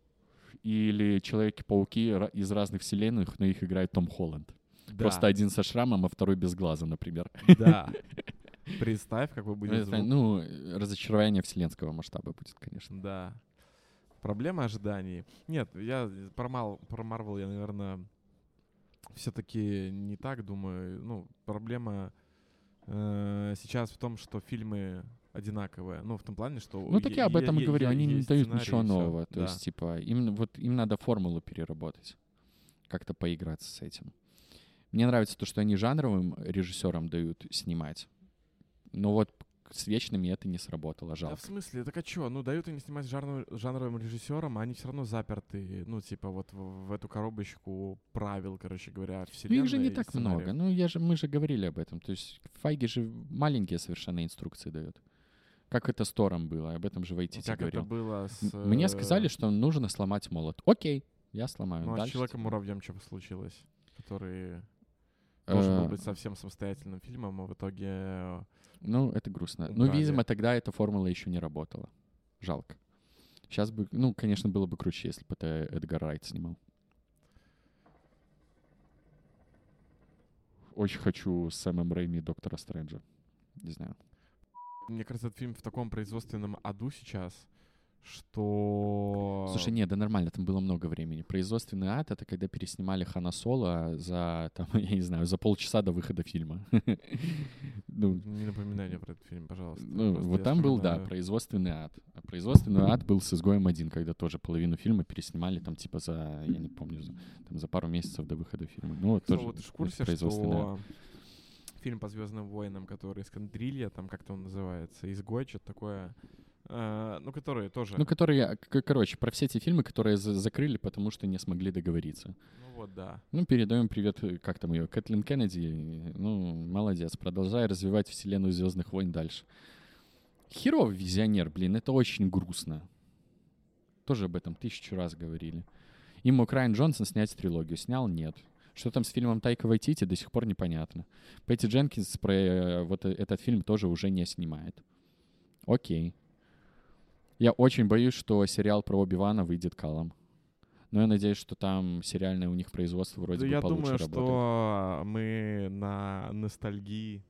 Или Человеки-пауки из разных вселенных, но их играет Том Холланд. Да. Просто один со шрамом, а второй без глаза, например. Да. Представь, какой будет звук. Ну, разочарование вселенского масштаба будет, конечно. Да. Проблема ожиданий. Нет, я про Марвел я, наверное, все-таки не так думаю. Ну, проблема сейчас в том, что фильмы одинаковые. Ну, в том плане, что... Ну, так я об этом и говорю. Они не дают ничего нового. То да. есть, типа, им надо формулу переработать. Как-то поиграться с этим. Мне нравится то, что они жанровым режиссерам дают снимать. Но вот с вечными это не сработало, жалко. Да в смысле? Так а чё? Ну, дают они снимать жанровым режиссерам, а они все равно заперты, ну, типа, вот в эту коробочку правил, короче говоря, вселенной. Ну, их же не так много. Ну, мы же говорили об этом. То есть Файги же маленькие совершенно инструкции дает. Как это с Тором было? Об этом же Вайтити как говорил. Это было с... Мне сказали, что нужно сломать молот. Окей, я сломаю. Ну, а дальше с Человеком-муравьем что случилось? Который должен был быть совсем самостоятельным фильмом, а в итоге... Ну, это грустно. Убрали. Ну, видимо, тогда эта формула еще не работала. Жалко. Сейчас бы... Ну, конечно, было бы круче, если бы это Эдгар Райт снимал. Очень хочу с Сэмом Рэйми и Доктора Стрэнджа. Не знаю. Мне кажется, этот фильм в таком производственном аду сейчас, что... Слушай, нет, да нормально, там было много времени. Производственный ад — это когда переснимали Хана Соло за, там, я не знаю, за полчаса до выхода фильма. Не напоминай мне про этот фильм, пожалуйста. Ну, вот там был, да, производственный ад. А производственный ад был с «Изгоем 1», когда тоже половину фильма переснимали там типа за, я не помню, там за пару месяцев до выхода фильма. Ну, вот тоже ты в курсе, что фильм по «Звездным войнам», который «Эскадрилья», там как-то он называется, «Изгой», что-то такое... ну, которые тоже... Ну, которые, короче, про все эти фильмы, которые закрыли, потому что не смогли договориться. Ну, вот, да. Ну, передаем привет, как там ее, Кэтлин Кеннеди. Ну, молодец, продолжай развивать вселенную «Звездных войн» дальше. Херовый визионер, блин, это очень грустно. Тоже об этом 1000 раз говорили. Им мог Райан Джонсон снять трилогию. Снял? Нет. Что там с фильмом Тайка Вайтити, до сих пор непонятно. Пэтти Дженкинс про вот этот фильм тоже уже не снимает. Окей. Я очень боюсь, что сериал про Оби-Вана выйдет калом. Но я надеюсь, что там сериальное у них производство вроде бы Я получше думаю, работает. что мы на ностальгии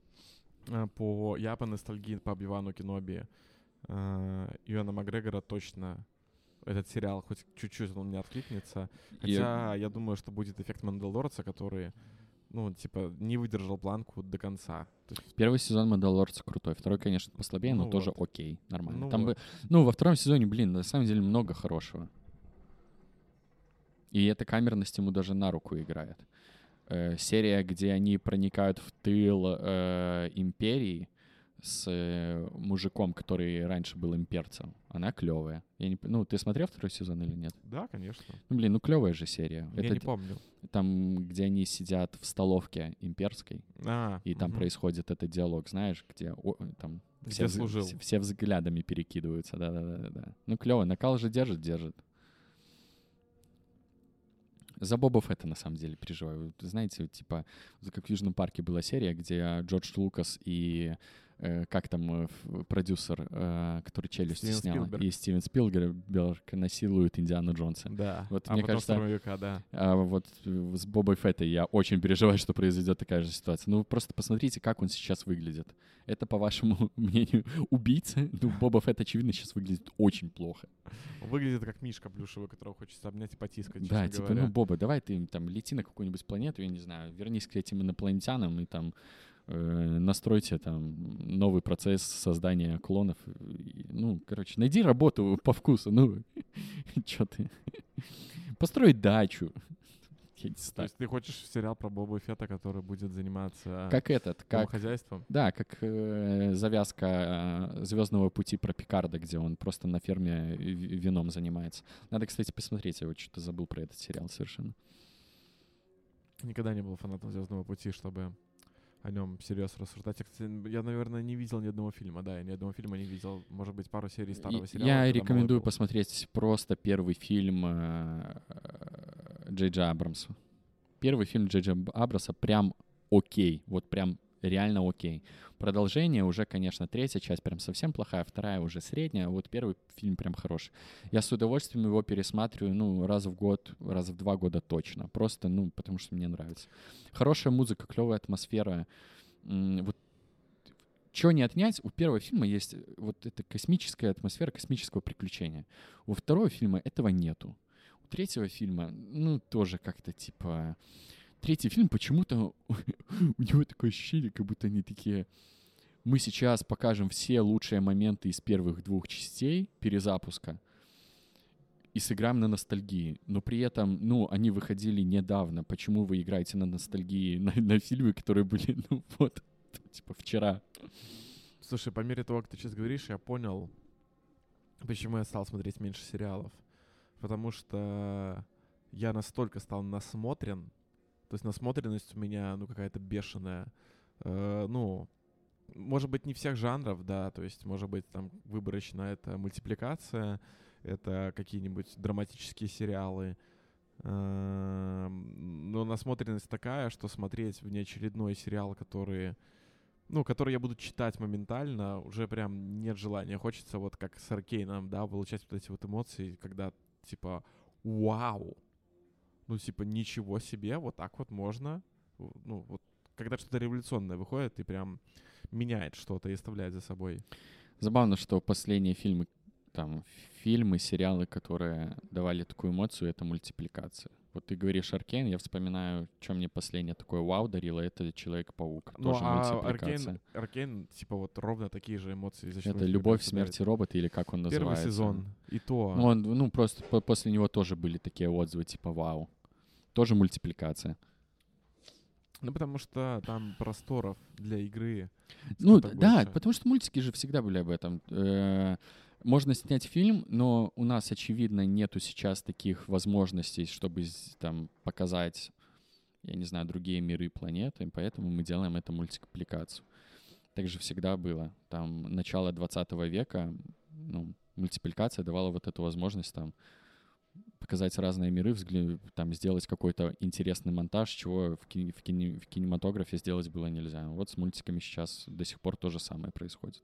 я по ностальгии по Оби-Вану Кеноби Юэна Макгрегора точно этот сериал хоть чуть-чуть он мне откликнется. Хотя я думаю, что будет эффект Мандалорца, который, ну, типа, не выдержал планку до конца. Первый сезон Мандалорца крутой. Второй, конечно, послабее, но вот. тоже окей, нормально. Ну, там вот. во втором сезоне, блин, на самом деле много хорошего. И эта камерность ему даже на руку играет. Серия, где они проникают в тыл империи с мужиком, который раньше был имперцем, она клевая. Ты смотрел второй сезон или нет? Да, конечно. Ну, клевая же серия. Я не помню. Там, где они сидят в столовке имперской, и там происходит этот диалог, знаешь, где там все взглядами перекидываются. Да. Ну, клево. Накал же держит. За Боба Фетта, на самом деле, переживаю. Знаете, типа, как в Южном парке была серия, где Джордж Лукас и продюсер, который «Челюсти» снял, и Стивен Спилберг насилуют Индиану Джонса. Да, вот, мне кажется, «Штурмовика», да. Вот с Бобой Феттой я очень переживаю, что произойдет такая же ситуация. Ну, просто посмотрите, как он сейчас выглядит. Это, по вашему мнению, убийца? Ну, Боба Фетт, очевидно, сейчас выглядит очень плохо. Выглядит как мишка плюшевый, которого хочется обнять и потискать, да, типа, говоря. Ну, Боба, давай ты там лети на какую-нибудь планету, я не знаю, вернись к этим инопланетянам и там настройте там новый процесс создания клонов. Ну, короче, найди работу по вкусу. Ну, чё ты? Построить дачу. То есть ты хочешь сериал про Боба Фетта, который будет заниматься хозяйством? Да, как завязка «Звездного пути» про Пикарда, где он просто на ферме вином занимается. Надо, кстати, посмотреть. Я вот что-то забыл про этот сериал совершенно. Никогда не был фанатом «Звездного пути», чтобы о нем всерьез рассуждать. Я, наверное, не видел ни одного фильма. Да, я ни одного фильма не видел. Может быть, пару серий старого сериала. Я рекомендую посмотреть просто первый фильм Джей Джей Абрамса. Первый фильм Джей Джей Абрамса прям окей. Вот прям реально окей. Продолжение уже, конечно, третья часть прям совсем плохая, вторая уже средняя, а вот первый фильм прям хороший. Я с удовольствием его пересматриваю, раз в год, раз в 2 года точно. Просто, потому что мне нравится. Хорошая музыка, клевая атмосфера. Вот чего не отнять, у первого фильма есть вот эта космическая атмосфера космического приключения. У второго фильма этого нету. У третьего фильма, тоже как-то типа... Третий фильм почему-то у него такое ощущение, как будто они такие... Мы сейчас покажем все лучшие моменты из первых 2 частей перезапуска и сыграем на ностальгии. Но при этом, они выходили недавно. Почему вы играете на ностальгии на фильмы, которые были, типа вчера? Слушай, по мере того, как ты сейчас говоришь, я понял, почему я стал смотреть меньше сериалов. Потому что я настолько стал насмотрен. То есть насмотренность у меня, какая-то бешеная. Может быть, не всех жанров, да. То есть, может быть, там выборочно это мультипликация, это какие-нибудь драматические сериалы. Но насмотренность такая, что смотреть внеочередной сериал, который я буду читать моментально, уже прям нет желания. Хочется вот как с Аркейном, да, получать вот эти вот эмоции, когда, типа, вау! Ничего себе, вот так вот можно. Вот когда что-то революционное выходит и прям меняет что-то и оставляет за собой. Забавно, что последние фильмы, сериалы, которые давали такую эмоцию, это мультипликация. Вот ты говоришь Аркейн, я вспоминаю, что мне последнее такое вау дарило, это Человек-паук, тоже мультипликация. Аркейн, типа вот ровно такие же эмоции. Это «Любовь, смерть и роботы» или как он называется? Первый сезон, и то. Просто после него тоже были такие отзывы, типа вау. Тоже мультипликация. Потому что там просторов для игры. Да, потому что мультики же всегда были об этом. Можно снять фильм, но у нас, очевидно, нету сейчас таких возможностей, чтобы там показать, я не знаю, другие миры и планеты, поэтому мы делаем эту мультипликацию. Так же всегда было. Там начало 20 века, мультипликация давала вот эту возможность там показать разные миры, там сделать какой-то интересный монтаж, чего в кинематографе сделать было нельзя. Вот с мультиками сейчас до сих пор то же самое происходит.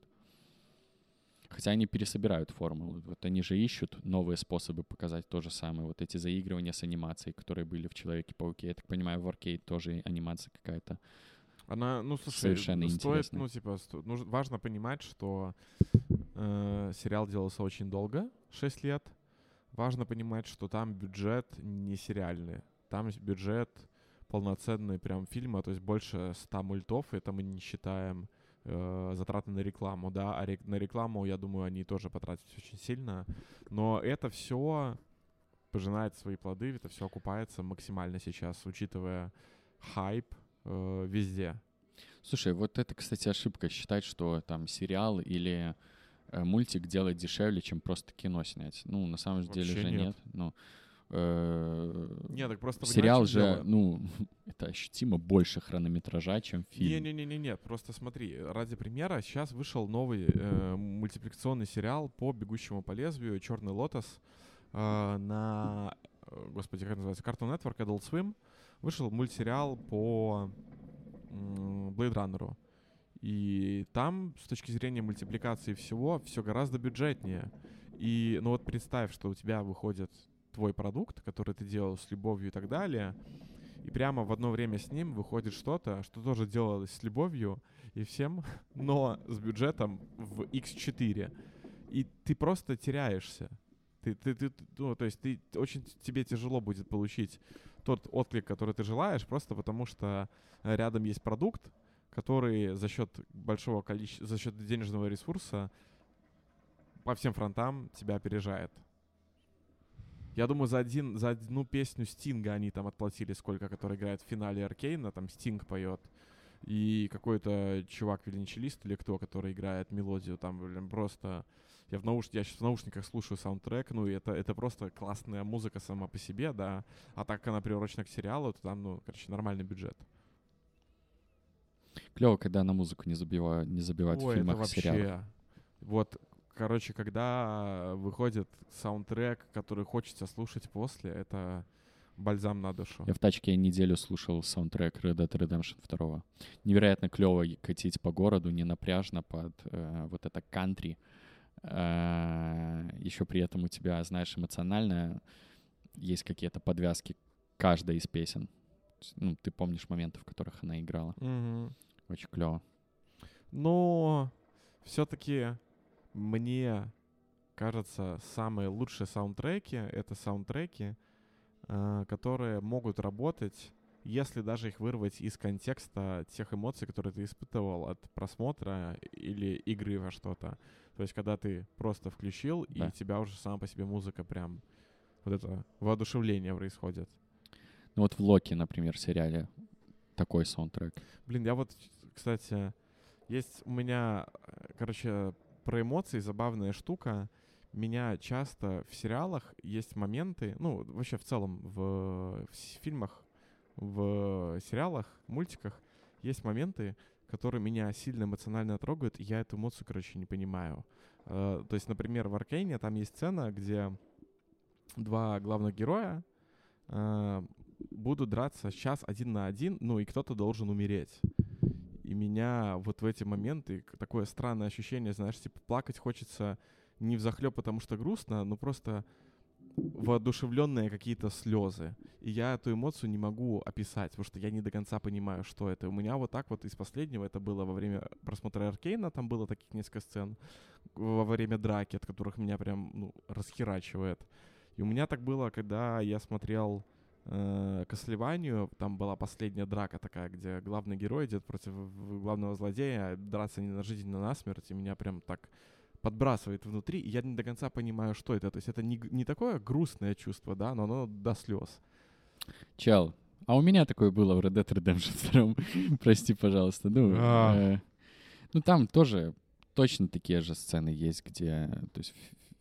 Хотя они пересобирают формулы. Вот они же ищут новые способы показать то же самое. Вот эти заигрывания с анимацией, которые были в «Человеке-пауке». Я так понимаю, в «Аркейд» тоже анимация какая-то. Она, ну, слушай, совершенно стоит, интересная. ну, типа, важно понимать, что сериал делался очень долго, 6 лет. Важно понимать, что там бюджет не сериальный. Там бюджет полноценный прям фильма, то есть больше 100 мультов, это мы не считаем затраты на рекламу, да, а на рекламу, я думаю, они тоже потратились очень сильно, но это все пожинает свои плоды, это все окупается максимально сейчас, учитывая хайп везде. Слушай, вот это, кстати, ошибка, считать, что там сериал или мультик делать дешевле, чем просто кино снять. Ну, на самом деле же нет. Ну, нет, так просто сериал же, ну, это ощутимо больше хронометража, чем фильм. Нет, просто смотри, ради примера, сейчас вышел новый мультипликационный сериал по «Бегущему по лезвию», «Черный лотос» на, господи, как называется, Cartoon Network, Adult Swim. Вышел мультсериал по Blade Runner. И там, с точки зрения мультипликации всего, все гораздо бюджетнее. И, ну вот представь, что у тебя выходит твой продукт, который ты делал с любовью и так далее, и прямо в одно время с ним выходит что-то, что тоже делалось с любовью и всем, но с бюджетом в X4. И ты просто теряешься. Ну, то есть очень тебе тяжело будет получить тот отклик, который ты желаешь, просто потому что рядом есть продукт, который за счет большого количества, за счет денежного ресурса по всем фронтам тебя опережает. Я думаю, за одну песню Стинга они там отплатили сколько, который играет в финале Аркейна, там Стинг поет, и какой-то чувак-виолончелист или кто, который играет мелодию, там, блин, просто... Я сейчас в наушниках слушаю саундтрек, ну, и это просто классная музыка сама по себе, да, а так как она приурочена к сериалу, то там, ну, короче, нормальный бюджет. Клево, когда на музыку не забивают в фильмах и сериалах. Вот, короче, когда выходит саундтрек, который хочется слушать после, это бальзам на душу. Я в тачке неделю слушал саундтрек Red Dead Redemption 2. Невероятно клево катить по городу, не напряжно под вот это кантри. Еще при этом у тебя, знаешь, эмоционально есть какие-то подвязки каждой из песен. Ну, ты помнишь моменты, в которых она играла. Очень клево. Но все-таки мне кажется, самые лучшие саундтреки — это саундтреки, которые могут работать, если даже их вырвать из контекста тех эмоций, которые ты испытывал от просмотра или игры во что-то. То есть, когда ты просто включил, да, и у тебя уже сама по себе музыка прям... Вот это воодушевление происходит. Ну вот в «Локи», например, сериале такой саундтрек. Блин, я вот, кстати, есть у меня, короче, про эмоции забавная штука. Меня часто в сериалах есть моменты, ну, вообще в целом в фильмах, в сериалах, мультиках есть моменты, которые меня сильно эмоционально трогают, и я эту эмоцию, короче, не понимаю. То есть, например, в «Аркейне» там есть сцена, где два главных героя будут драться сейчас 1 на 1, ну, и кто-то должен умереть. И меня вот в эти моменты такое странное ощущение, знаешь, типа плакать хочется не взахлёб, потому что грустно, но просто воодушевленные какие-то слезы. И я эту эмоцию не могу описать, потому что я не до конца понимаю, что это. У меня вот так вот из последнего это было во время просмотра «Аркейна», там было таких несколько сцен, во время драки, от которых меня прям, ну, расхерачивает. И у меня так было, когда я смотрел «Castlevania», там была последняя драка такая, где главный герой идет против главного злодея, драться не на жизнь, а на смерть, и меня прям так подбрасывает внутри, и я не до конца понимаю, что это. То есть это не такое грустное чувство, да, но оно до слез. Чел, а у меня такое было в Red Dead Redemption 2. Прости, пожалуйста. Ну, там тоже точно такие же сцены есть, где... То есть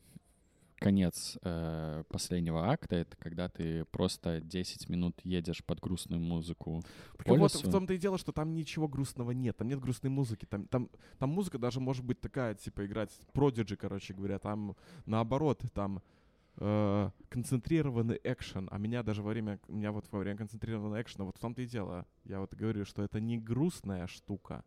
конец последнего акта — это когда ты просто 10 минут едешь под грустную музыку по лесу. Вот в том-то и дело, что там ничего грустного нет, там нет грустной музыки, там музыка даже может быть такая, типа играть Prodigy, короче говоря, там наоборот, там концентрированный экшен, а у меня вот во время концентрированного экшена, вот в том-то и дело, я вот говорю, что это не грустная штука.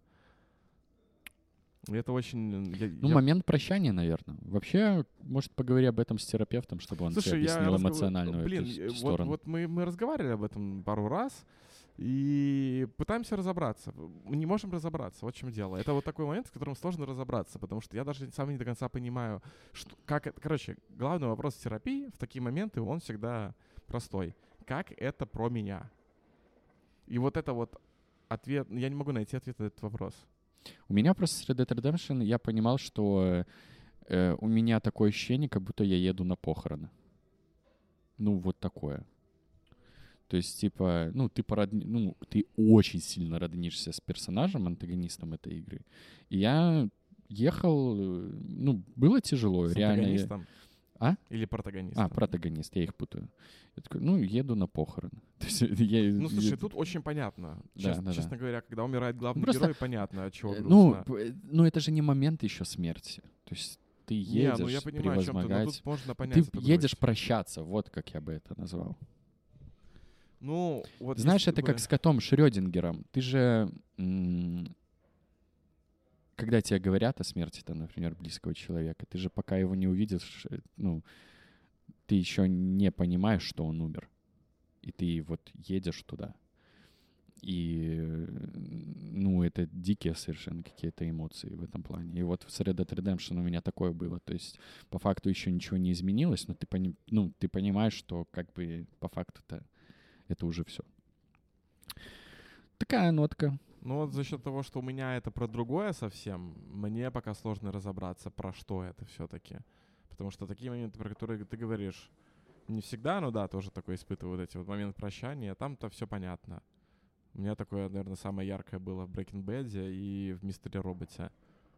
И это очень... Ну, момент прощания, наверное. Вообще, может, поговори об этом с терапевтом, чтобы он тебе объяснил эмоциональную эту сторону. Вот мы разговаривали об этом пару раз, и пытаемся разобраться. Мы не можем разобраться, вот в чем дело. Это вот такой момент, в котором сложно разобраться, потому что я даже сам не до конца понимаю, как это... Короче, главный вопрос терапии в такие моменты, он всегда простой. Как это про меня? И вот это вот ответ... Я не могу найти ответ на этот вопрос. У меня просто с Red Dead Redemption я понимал, что у меня такое ощущение, как будто я еду на похороны. Ну, вот такое. То есть, типа, ну, ты очень сильно роднишься с персонажем, антагонистом этой игры. И я ехал, ну, было тяжело, С реально. антагонистом? А? Или протагонистом? Протагонист, я их путаю. Я такой, ну, еду на похороны. Ну, слушай, тут очень понятно. Честно говоря, когда умирает главный герой, понятно, от чего грустно. Ну, это же не момент еще смерти. То есть ты едешь, ну я понимаю, о чем ты, но тут можно понять. Ты едешь прощаться, вот как я бы это назвал. Ну, вот знаешь, это как с котом Шрёдингером. Ты же... Когда тебе говорят о смерти, там, например, близкого человека, ты же пока его не увидишь, ну, ты еще не понимаешь, что он умер. И ты вот едешь туда. И, ну, это дикие совершенно какие-то эмоции в этом плане. И вот с Red Dead Redemption у меня такое было. То есть по факту еще ничего не изменилось, но ты понимаешь, что как бы по факту-то это уже все. Такая нотка. Ну вот за счет того, что у меня это про другое совсем, мне пока сложно разобраться, про что это все-таки. Потому что такие моменты, про которые ты говоришь, не всегда, ну да, тоже такое испытываю, вот эти вот моменты прощания, там-то все понятно. У меня такое, наверное, самое яркое было в Breaking Bad и в Мистере Роботе.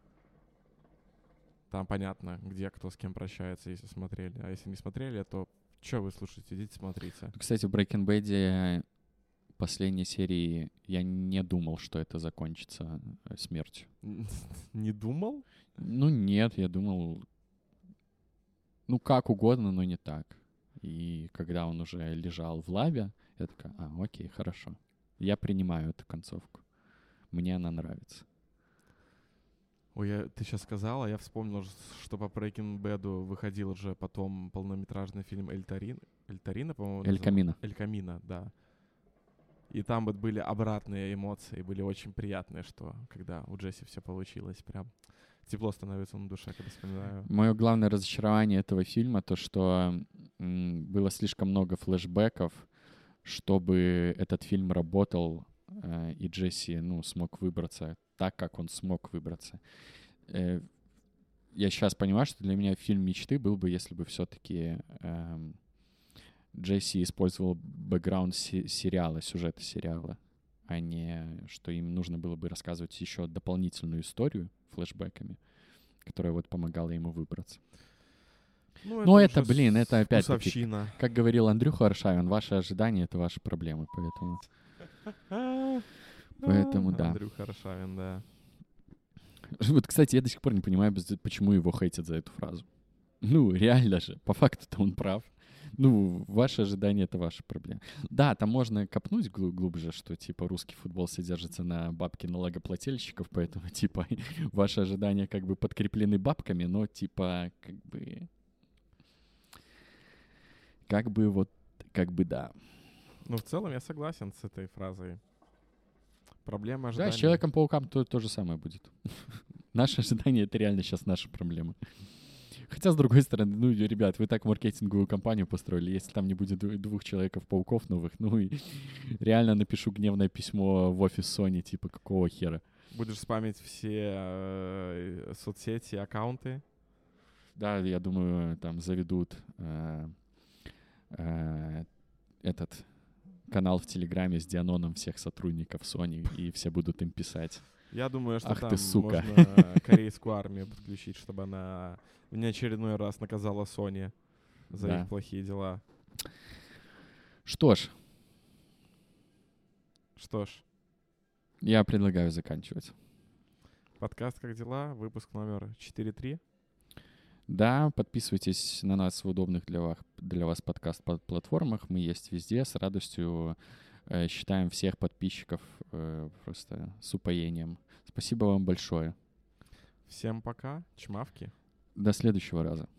Там понятно, где кто с кем прощается, если смотрели. А если не смотрели, то что вы слушаете? Идите смотрите. Кстати, в Breaking Bad последней серии я не думал, что это закончится смертью. Не думал? Ну нет, я думал, ну как угодно, но не так. И когда он уже лежал в лабе, я такая, окей, хорошо. Я принимаю эту концовку. Мне она нравится. Ой, ты сейчас сказала, я вспомнил, что по Breaking Bad выходил уже потом полнометражный фильм Эль Торино, по-моему. Эль Камино. Эль Камино, да. И там вот были обратные эмоции, были очень приятные, что когда у Джесси все получилось, прям тепло становится на душе, когда вспоминаю. Мое главное разочарование этого фильма то, что было слишком много флешбеков, чтобы этот фильм работал, и Джесси, ну, смог выбраться так, как он смог выбраться. Я сейчас понимаю, что для меня фильм мечты был бы, если бы все-таки Джесси использовал бэкграунд сериала, сюжета сериала, а не что им нужно было бы рассказывать еще дополнительную историю флешбеками, которая вот помогала ему выбраться. Но это, это опять-таки, как говорил Андрюха Аршавин, ваши ожидания — это ваши проблемы, поэтому... Поэтому да. Андрюха Аршавин, да. Вот, кстати, я до сих пор не понимаю, почему его хейтят за эту фразу. Ну, реально же, по факту-то он прав. Ну, ваши ожидания — это ваши проблемы. Да, там можно копнуть глубже, что, типа, русский футбол содержится на бабке налогоплательщиков, поэтому, типа, ваши ожидания как бы подкреплены бабками, но, типа, как бы да. Ну, в целом я согласен с этой фразой. Проблема ожиданий. Да, с Человеком-пауком то же самое будет. Наши ожидания — это реально сейчас наша проблема. Хотя, с другой стороны, ну, ребят, вы так маркетинговую кампанию построили, если там не будет 2 Человеков-пауков новых, ну, и реально напишу гневное письмо в офис Sony, типа, какого хера. Будешь спамить все соцсети, аккаунты? Да, я думаю, там заведут этот канал в Телеграме с Дианоном всех сотрудников Sony, и все будут им писать. Я думаю, что Ах там ты, сука. можно корейскую армию подключить, чтобы она в неочередной раз наказала Sony за их плохие дела. Что ж. Что ж. Я предлагаю заканчивать. Подкаст «Как дела?» Выпуск номер 4.3. Да, подписывайтесь на нас в удобных для вас подкаст-платформах. Мы есть везде. С радостью считаем всех подписчиков просто с упоением. Спасибо вам большое. Всем пока, чмавки. До следующего раза.